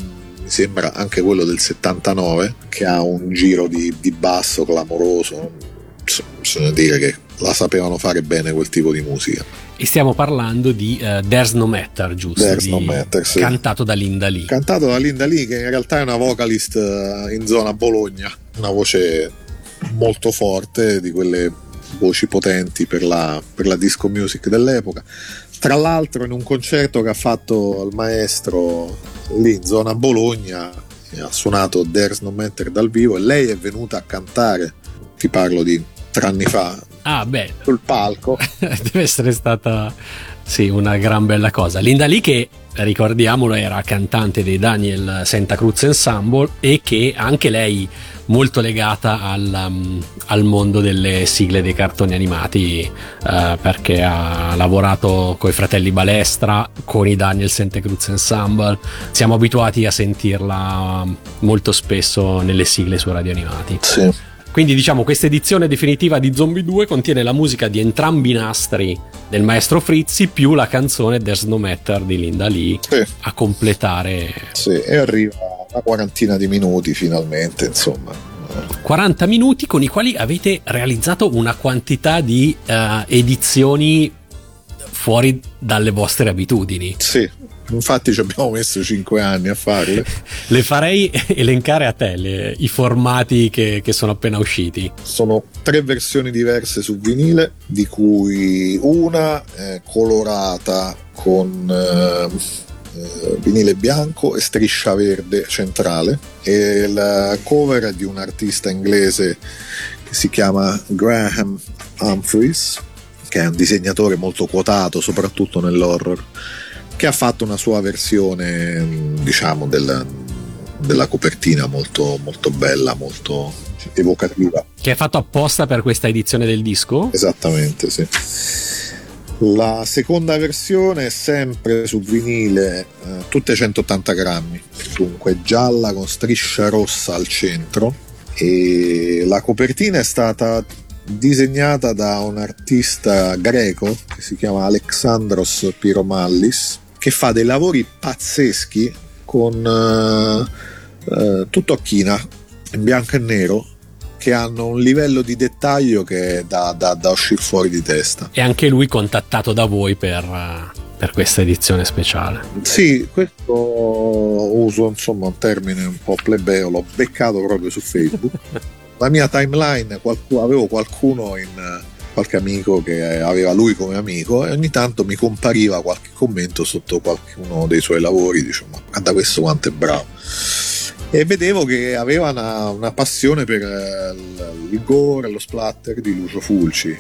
mi sembra anche quello del settantanove, che ha un giro di, di basso clamoroso. Bisogna dire che la sapevano fare bene quel tipo di musica. E stiamo parlando di uh, There's No Matter, giusto? There's di, No Matter, sì. Cantato da Linda Lee. Cantato da Linda Lee, che in realtà è una vocalist in zona Bologna, una voce molto forte, di quelle voci potenti per la, per la disco music dell'epoca. Tra l'altro in un concerto che ha fatto il maestro lì in zona Bologna ha suonato There's No Matter dal vivo, e lei è venuta a cantare, ti parlo di tre anni fa, ah beh, sul palco. Deve essere stata sì una gran bella cosa. Linda Lee, che ricordiamolo era cantante dei Daniel Santa Cruz Ensemble, e che anche lei molto legata al, um, al mondo delle sigle dei cartoni animati, uh, perché ha lavorato con i fratelli Balestra, con i Daniel Santa Cruz Ensemble. Siamo abituati a sentirla molto spesso nelle sigle su radio animati. Sì. Quindi diciamo questa edizione definitiva di Zombie due contiene la musica di entrambi i nastri del maestro Frizzi più la canzone There's No Matter di Linda Lee, sì, a completare. Sì, e arriva una quarantina di minuti finalmente, insomma. quaranta minuti con i quali avete realizzato una quantità di uh, edizioni fuori dalle vostre abitudini. Sì, infatti ci abbiamo messo cinque anni a farle. Le farei elencare a te le, i formati che, che sono appena usciti. Sono tre versioni diverse su vinile, di cui una è colorata con eh, eh, vinile bianco e striscia verde centrale, e la cover è di un artista inglese che si chiama Graham Humphreys, che è un disegnatore molto quotato soprattutto nell'horror, che ha fatto una sua versione, diciamo, del, della copertina molto, molto bella, molto evocativa. Che è fatto apposta per questa edizione del disco? Esattamente, sì. La seconda versione è sempre su vinile, eh, tutte centottanta grammi, dunque gialla con striscia rossa al centro, e la copertina è stata disegnata da un artista greco che si chiama Alexandros Pyromallis, che fa dei lavori pazzeschi con uh, uh, tutto a china, in bianco e nero, che hanno un livello di dettaglio che è da, da, da uscire fuori di testa. E anche lui contattato da voi per, uh, per questa edizione speciale. Sì, questo uso insomma un termine un po' plebeo, l'ho beccato proprio su Facebook. La mia timeline, qualcuno, avevo qualcuno in qualche amico che aveva lui come amico, e ogni tanto mi compariva qualche commento sotto qualcuno dei suoi lavori, dicevo ma guarda questo quanto è bravo, e vedevo che aveva una, una passione per il gore e lo splatter di Lucio Fulci,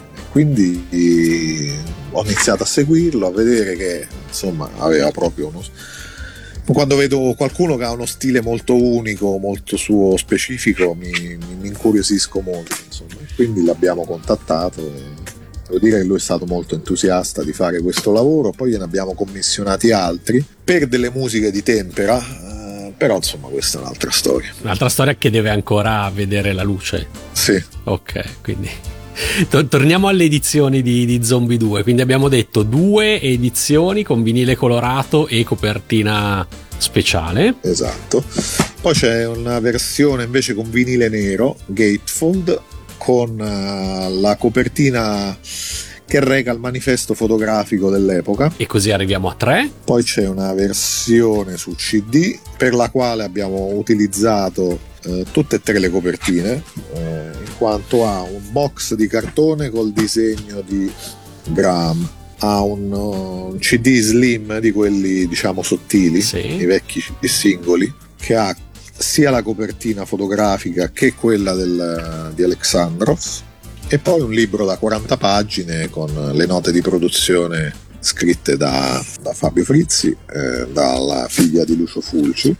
quindi ho iniziato a seguirlo, a vedere che insomma aveva proprio uno... Quando vedo qualcuno che ha uno stile molto unico, molto suo specifico, mi, mi, mi incuriosisco molto, insomma. Quindi l'abbiamo contattato e devo dire che lui è stato molto entusiasta di fare questo lavoro. Poi ne abbiamo commissionati altri per delle musiche di tempera, eh, però insomma questa è un'altra storia. Un'altra storia che deve ancora vedere la luce. Sì. Ok, quindi... Torniamo alle edizioni di, di Zombie due. Quindi abbiamo detto due edizioni con vinile colorato e copertina speciale. Esatto. Poi c'è una versione invece con vinile nero, gatefold, con uh, la copertina che reca il manifesto fotografico dell'epoca. E così arriviamo a tre. Poi c'è una versione su C D per la quale abbiamo utilizzato eh, tutte e tre le copertine, eh, in quanto ha un box di cartone col disegno di Graham, ha un, uh, un C D slim di quelli diciamo sottili, sì, i vecchi C D singoli, che ha sia la copertina fotografica che quella del, di Alexandros, e poi un libro da quaranta pagine con le note di produzione scritte da, da Fabio Frizzi, eh, dalla figlia di Lucio Fulci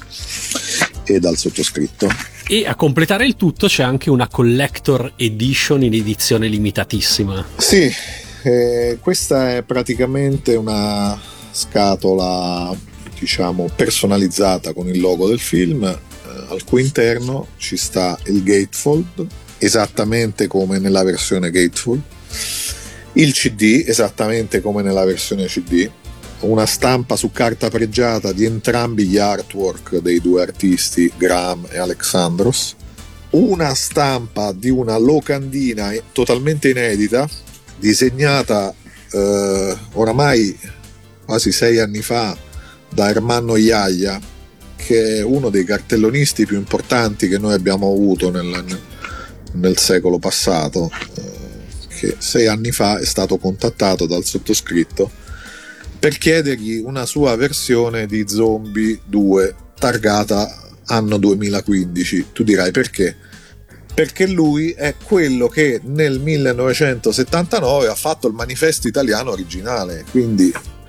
e dal sottoscritto. E a completare il tutto c'è anche una collector edition in edizione limitatissima. Sì, eh, questa è praticamente una scatola diciamo personalizzata con il logo del film, eh, al cui interno ci sta il gatefold esattamente come nella versione gatefold, il C D esattamente come nella versione C D, una stampa su carta pregiata di entrambi gli artwork dei due artisti, Graham e Alexandros, una stampa di una locandina totalmente inedita disegnata eh, oramai quasi sei anni fa da Ermanno Iaia, che è uno dei cartellonisti più importanti che noi abbiamo avuto nel, nel secolo passato, eh, che sei anni fa è stato contattato dal sottoscritto per chiedergli una sua versione di Zombie due targata anno duemilaquindici. Tu dirai perché? Perché lui è quello che nel millenovecentosettantanove ha fatto il manifesto italiano originale, quindi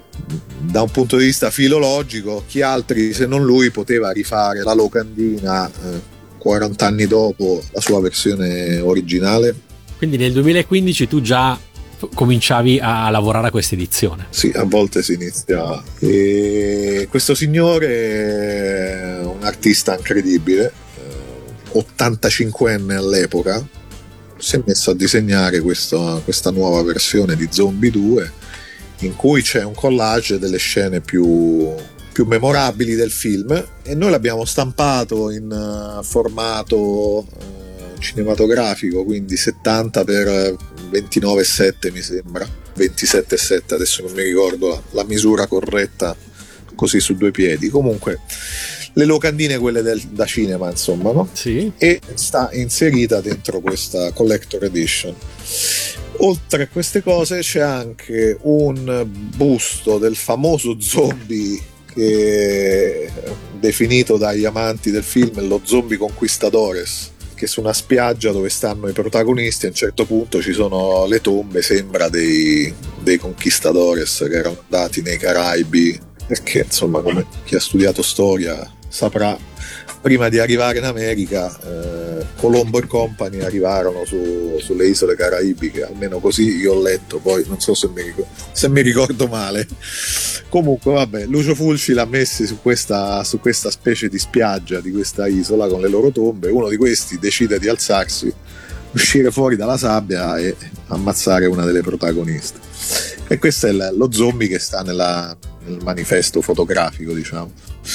da un punto di vista filologico chi altri se non lui poteva rifare la locandina eh, quaranta anni dopo la sua versione originale. Quindi nel duemilaquindici tu già cominciavi a lavorare a questa edizione? Sì, a volte si inizia. E questo signore è un artista incredibile, ottantacinquenne all'epoca, si è messo a disegnare questo, questa nuova versione di Zombie due, in cui c'è un collage delle scene più, più memorabili del film, e noi l'abbiamo stampato in uh, formato uh, cinematografico, quindi settanta per ventinove virgola sette mi sembra, ventisette virgola sette, adesso non mi ricordo la, la misura corretta così su due piedi, comunque le locandine quelle del, da cinema, insomma, no? Sì. E sta inserita dentro questa collector edition. Oltre a queste cose c'è anche un busto del famoso zombie che è definito dagli amanti del film lo zombie conquistadores, che su una spiaggia dove stanno i protagonisti a un certo punto ci sono le tombe, sembra, dei, dei conquistadores che erano andati nei Caraibi, perché insomma, come chi ha studiato storia saprà, prima di arrivare in America eh, Colombo e compagni arrivarono su, sulle isole caraibiche, almeno così io ho letto, poi non so se mi ricordo, se mi ricordo male. Comunque vabbè, Lucio Fulci l'ha messi su questa, su questa specie di spiaggia di questa isola con le loro tombe. Uno di questi decide di alzarsi, uscire fuori dalla sabbia e ammazzare una delle protagoniste, e questo è lo zombie che sta nella, nel manifesto fotografico, diciamo.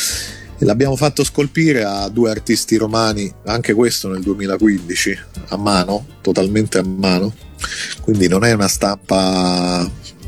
E l'abbiamo fatto scolpire a due artisti romani, anche questo nel duemilaquindici, a mano, totalmente a mano, quindi non è una stampa,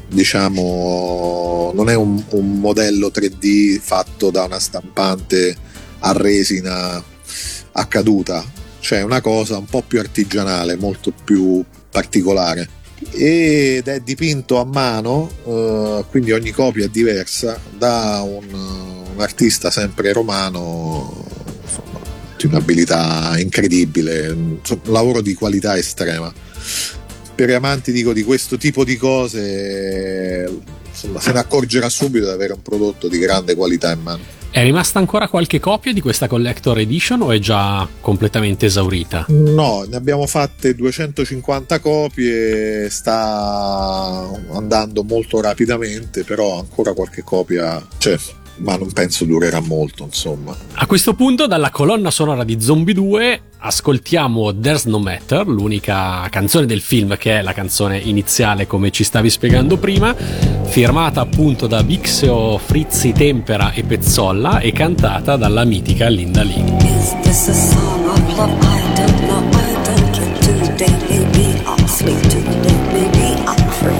diciamo, non è un, un modello tre D fatto da una stampante a resina a caduta, cioè una cosa un po' più artigianale, molto più particolare, ed è dipinto a mano, eh, quindi ogni copia è diversa, da un un artista sempre romano, insomma, di un'abilità incredibile, un lavoro di qualità estrema. Per gli amanti, dico, di questo tipo di cose, insomma, se ne accorgerà subito di avere un prodotto di grande qualità in mano. È rimasta ancora qualche copia di questa collector edition o è già completamente esaurita? No, ne abbiamo fatte duecentocinquanta copie, sta andando molto rapidamente, però ancora qualche copia c'è, ma non penso durerà molto, insomma. A questo punto, dalla colonna sonora di Zombie due ascoltiamo There's No Matter, l'unica canzone del film che è la canzone iniziale, come ci stavi spiegando prima, firmata appunto da Vixio, Frizzi, Tempera e Pezzolla e cantata dalla mitica Linda Lee. Is this a song of love? I don't know, I don't know. Today maybe I'm sleep, today maybe I'm free.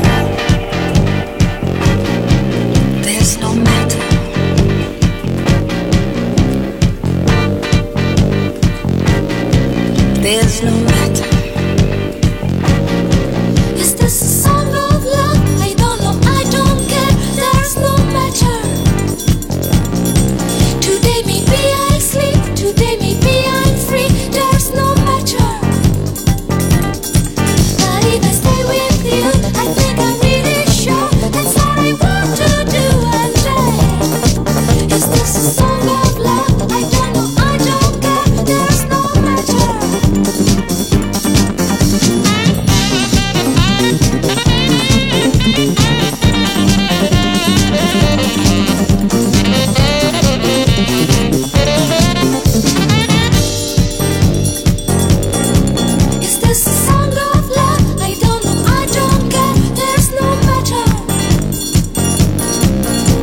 There's no matter. There's no matter. Is this a song of love? I don't know, I don't care. There's no matter. Today maybe I sleep, today maybe I'm free. There's no matter. But if I stay with you, I think I'm really sure that's all I want to do and say. Is this a song of love? I don't know, I don't care. There's no matter. Is this a song of love? I don't know, I don't care. There's no matter.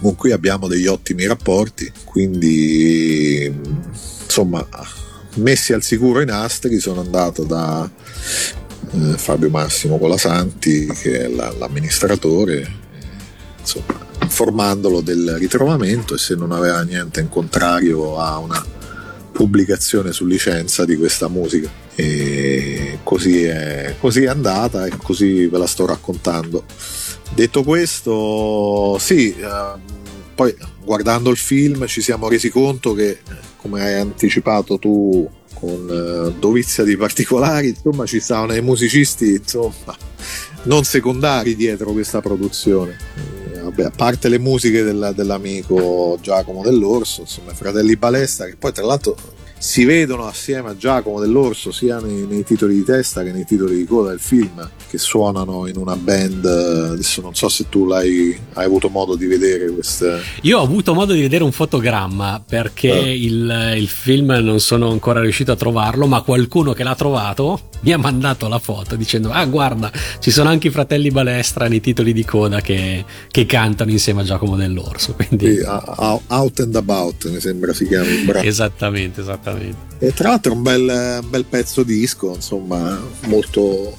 con cui abbiamo degli ottimi rapporti, quindi insomma, messi al sicuro i nastri, sono andato da eh, Fabio Massimo Colasanti, che è la, l'amministratore, insomma, informandolo del ritrovamento, e se non aveva niente in contrario a una pubblicazione su licenza di questa musica. E così è, così è andata, e così ve la sto raccontando. Detto questo, sì, eh, poi guardando il film ci siamo resi conto che, come hai anticipato tu, con eh, dovizia di particolari, insomma, ci stavano i musicisti, insomma, non secondari dietro questa produzione. Eh, vabbè, a parte le musiche della, dell'amico Giacomo Dell'Orso, insomma, i fratelli Balestra, che poi tra l'altro si vedono assieme a Giacomo Dell'Orso sia nei, nei titoli di testa che nei titoli di coda del film, che suonano in una band. Adesso non so se tu l'hai hai avuto modo di vedere queste. Io ho avuto modo di vedere un fotogramma, perché eh. il, il film non sono ancora riuscito a trovarlo, ma qualcuno che l'ha trovato mi ha mandato la foto dicendo: ah, guarda, ci sono anche i fratelli Balestra nei titoli di coda che, che cantano insieme a Giacomo Dell'Orso, quindi... Sì, Out and About mi sembra si chiama il brano. Esattamente, esattamente. E tra l'altro è un bel, un bel pezzo disco, insomma, molto,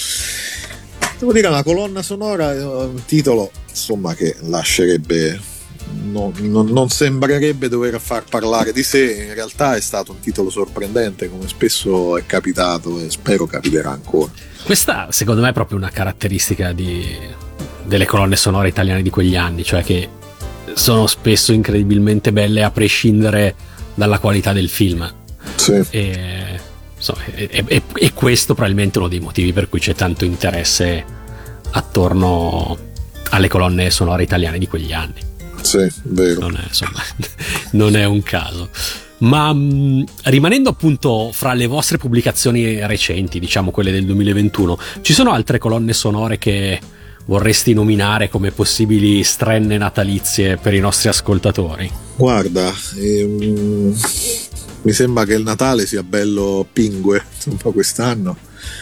devo dire, una colonna sonora, un titolo, insomma, che lascerebbe, non, non, non sembrerebbe dover far parlare di sé. In realtà è stato un titolo sorprendente, come spesso è capitato e spero capiterà ancora. Questa secondo me è proprio una caratteristica di, delle colonne sonore italiane di quegli anni, cioè che sono spesso incredibilmente belle a prescindere dalla qualità del film. Sì. E, insomma, e, e, e questo probabilmente è uno dei motivi per cui c'è tanto interesse attorno alle colonne sonore italiane di quegli anni. Sì, vero. Non è, insomma, non è un caso. Ma mh, rimanendo appunto fra le vostre pubblicazioni recenti, diciamo quelle del duemilaventuno, ci sono altre colonne sonore che vorresti nominare come possibili strenne natalizie per i nostri ascoltatori? Guarda, ehm, mi sembra che il Natale sia bello pingue, insomma, quest'anno.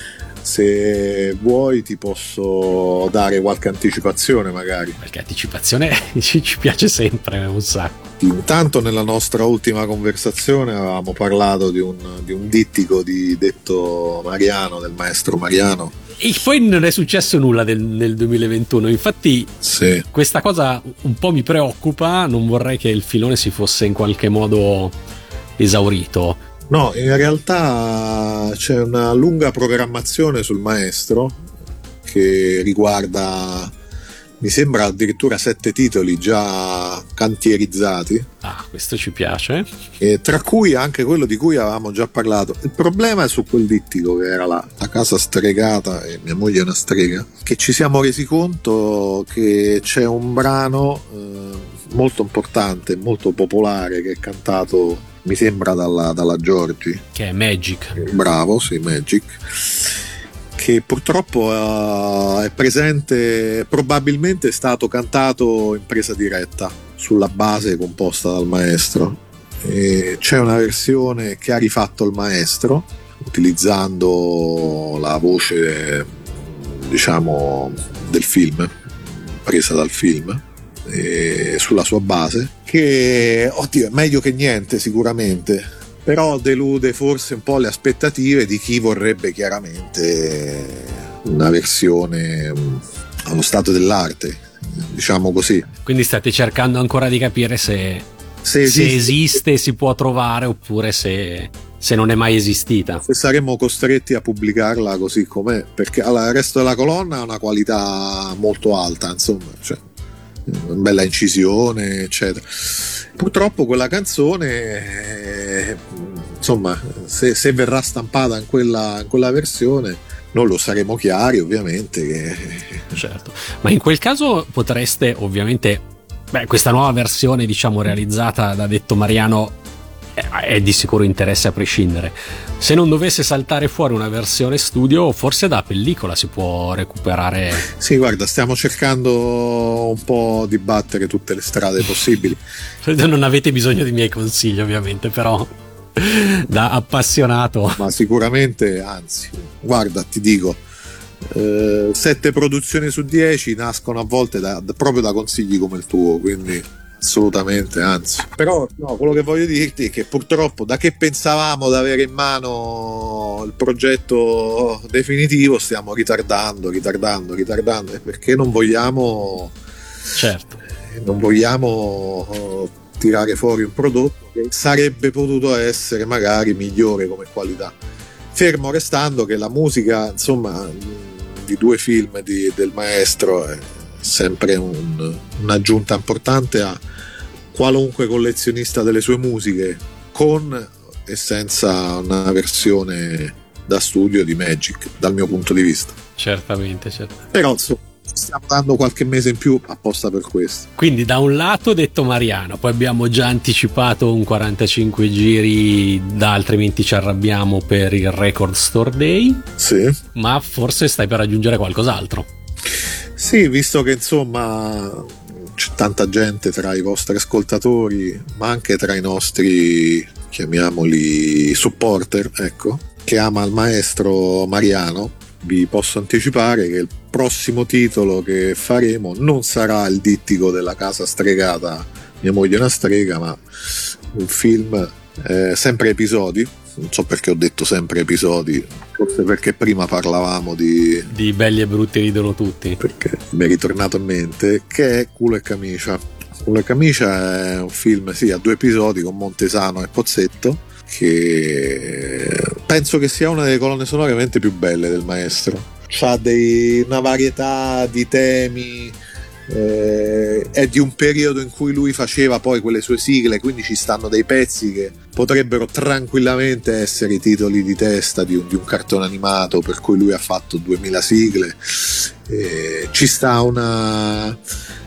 Se vuoi ti posso dare qualche anticipazione, magari. Perché anticipazione ci, ci piace sempre un sacco. Intanto nella nostra ultima conversazione avevamo parlato di un, di un dittico di detto Mariano, del maestro Mariano. E poi non è successo nulla del, nel duemilaventuno, infatti sì. Questa cosa un po' mi preoccupa, non vorrei che il filone si fosse in qualche modo esaurito. No, in realtà c'è una lunga programmazione sul maestro che riguarda, mi sembra, addirittura sette titoli già cantierizzati. Ah, questo ci piace. E tra cui anche quello di cui avevamo già parlato. Il problema è su quel dittico, che era la, la casa stregata, e mia moglie è una strega, che ci siamo resi conto che c'è un brano eh, molto importante, molto popolare, che è cantato, mi sembra, dalla, dalla Giorgi, che è Magic. Bravo, sì, Magic, che purtroppo uh, è presente, probabilmente è stato cantato in presa diretta sulla base composta dal maestro. E c'è una versione che ha rifatto il maestro utilizzando la voce, diciamo, del film, presa dal film, e sulla sua base, che, oddio, è meglio che niente sicuramente, però delude forse un po' le aspettative di chi vorrebbe chiaramente una versione allo stato dell'arte, diciamo così. Quindi state cercando ancora di capire se, se esiste, se esiste, si può trovare, oppure se, se non è mai esistita. Se saremmo costretti a pubblicarla così com'è, perché allora, il resto della colonna ha una qualità molto alta, insomma, cioè una bella incisione, eccetera. Purtroppo quella canzone, eh, insomma, se, se verrà stampata in quella, in quella versione, non lo saremo chiari, ovviamente. Che... Certo, ma in quel caso potreste, ovviamente, beh, questa nuova versione, diciamo, realizzata da detto Mariano è di sicuro interesse a prescindere. Se non dovesse saltare fuori una versione studio, forse da pellicola si può recuperare. Sì, guarda, stiamo cercando un po' di battere tutte le strade possibili. Non avete bisogno dei miei consigli, ovviamente, però da appassionato. Ma sicuramente, anzi, guarda, ti dico, eh, sette produzioni su dieci nascono a volte da, da- proprio da consigli come il tuo, quindi assolutamente, anzi. Però no, quello che voglio dirti è che purtroppo da che pensavamo di avere in mano il progetto definitivo stiamo ritardando, ritardando, ritardando, eh, perché non vogliamo Certo. non vogliamo eh, tirare fuori un prodotto che sarebbe potuto essere magari migliore come qualità, fermo restando che la musica, insomma, mh, di due film di- del maestro è sempre un- un'aggiunta importante a qualunque collezionista delle sue musiche, con e senza una versione da studio di Magic, dal mio punto di vista. Certamente, certo. Però insomma, stiamo dando qualche mese in più apposta per questo. Quindi da un lato detto Mariano, poi abbiamo già anticipato un quarantacinque giri da Altrimenti ci arrabbiamo per il Record Store Day, Sì. ma forse stai per aggiungere qualcos'altro. Sì, visto che insomma c'è tanta gente tra i vostri ascoltatori, ma anche tra i nostri, chiamiamoli supporter, ecco, che ama il maestro Mariano, vi posso anticipare che il prossimo titolo che faremo non sarà il dittico della casa stregata Mia moglie è una strega, ma un film eh, sempre episodi. Non so perché ho detto sempre episodi, forse perché prima parlavamo di Di Belli e Brutti ridono tutti. perché mi è ritornato in mente, che è Culo e Camicia. Culo e Camicia è un film, sì, a due episodi con Montesano e Pozzetto, che penso che sia una delle colonne sonore veramente più belle del maestro. C'ha dei, una varietà di temi, eh, è di un periodo in cui lui faceva poi quelle sue sigle, quindi ci stanno dei pezzi che potrebbero tranquillamente essere i titoli di testa di un, di un cartone animato, per cui lui ha fatto duemila sigle. Eh, ci sta una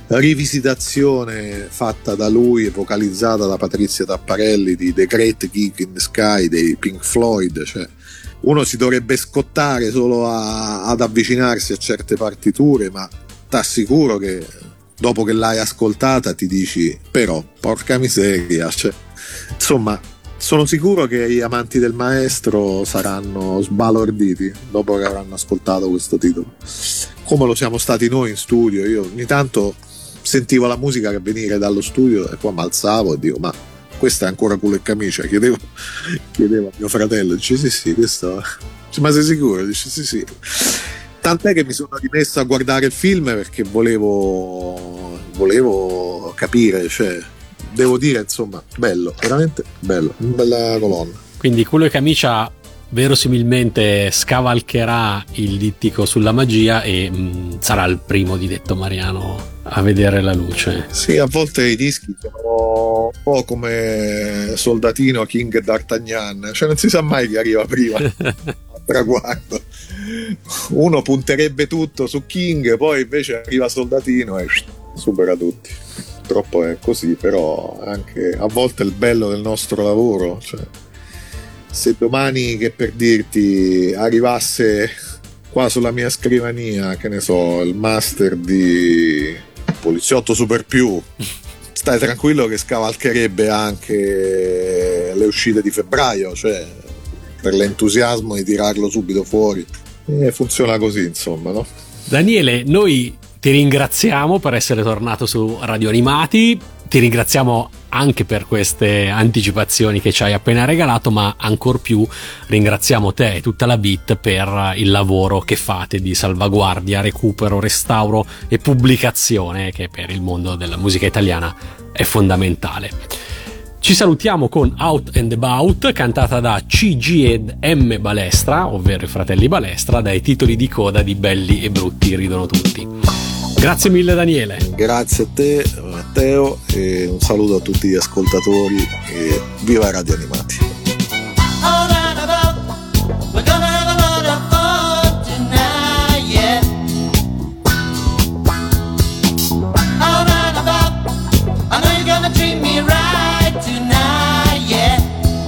rivisitazione fatta da lui e vocalizzata da Patrizia Tapparelli di The Great Gig in the Sky dei Pink Floyd. Cioè, uno si dovrebbe scottare solo a, ad avvicinarsi a certe partiture, ma t'assicuro che dopo che l'hai ascoltata ti dici però porca miseria, cioè, insomma, sono sicuro che gli amanti del maestro saranno sbalorditi dopo che avranno ascoltato questo titolo, come lo siamo stati noi in studio. Io ogni tanto sentivo la musica che venire dallo studio e poi mi alzavo e dico ma questa è ancora Culo e Camicia, chiedevo, chiedevo a mio fratello, dice sì sì questo, dice, ma sei sicuro? Dice sì sì, tant'è che mi sono rimesso a guardare il film perché volevo volevo capire, cioè devo dire insomma bello, veramente bello, una bella colonna. Quindi Culo e Camicia verosimilmente scavalcherà il dittico sulla magia e mh, sarà il primo di Detto Mariano a vedere la luce. Sì, a volte i dischi sono un po' come Soldatino, King e D'Artagnan, cioè non si sa mai chi arriva prima al traguardo. Uno punterebbe tutto su King, poi invece arriva Soldatino e supera tutti. Purtroppo è così, però anche a volte il bello del nostro lavoro, cioè, se domani, che per dirti, arrivasse qua sulla mia scrivania, che ne so, il master di Poliziotto Super Più, stai tranquillo che scavalcherebbe anche le uscite di febbraio, cioè per l'entusiasmo di tirarlo subito fuori. E funziona così, insomma, no? Daniele, noi ti ringraziamo per essere tornato su Radio Animati, ti ringraziamo anche per queste anticipazioni che ci hai appena regalato, ma ancor più ringraziamo te e tutta la Beat per il lavoro che fate di salvaguardia, recupero, restauro e pubblicazione, che per il mondo della musica italiana è fondamentale. Ci salutiamo con Out and About, cantata da C G ed M Balestra, ovvero i fratelli Balestra, dai titoli di coda di Belli e Brutti ridono tutti. Grazie mille Daniele. Grazie a te Matteo e un saluto a tutti gli ascoltatori e viva Radio Animati. Out and about, we're gonna have a lot of fun tonight, yeah. Out and about, I know you're gonna treat me right tonight, yeah.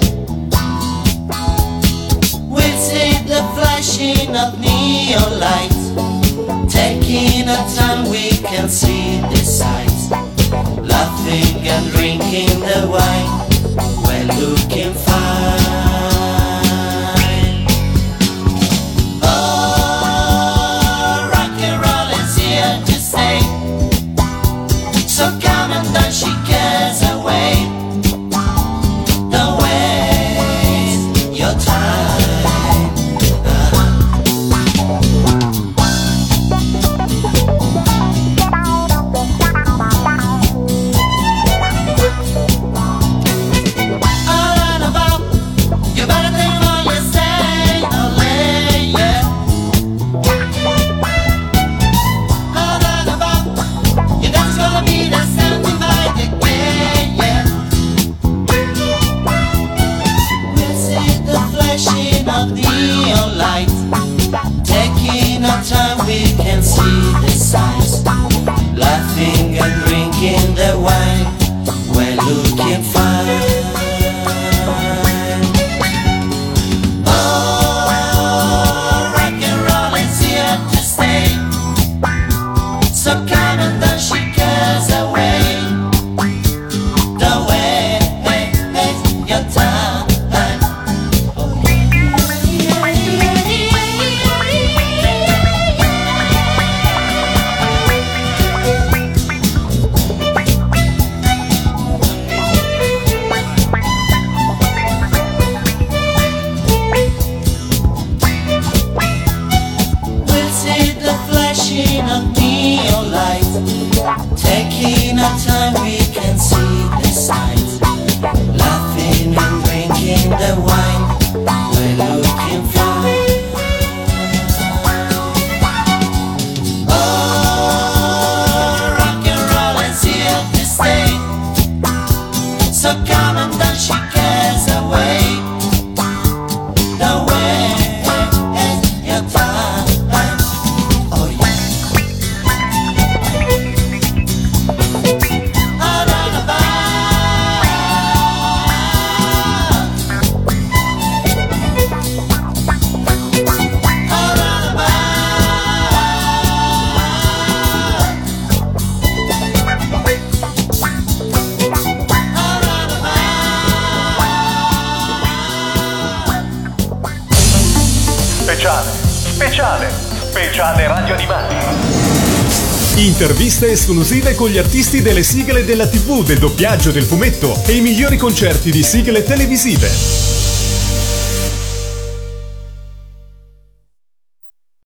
We'll see the flashing of neon lights, taking a time we can see the sights, laughing and drinking the wine, we're looking fine. Oh, Speciale, speciale, speciale radio animati. Interviste esclusive con gli artisti delle sigle della tivù, del doppiaggio, del fumetto e i migliori concerti di sigle televisive.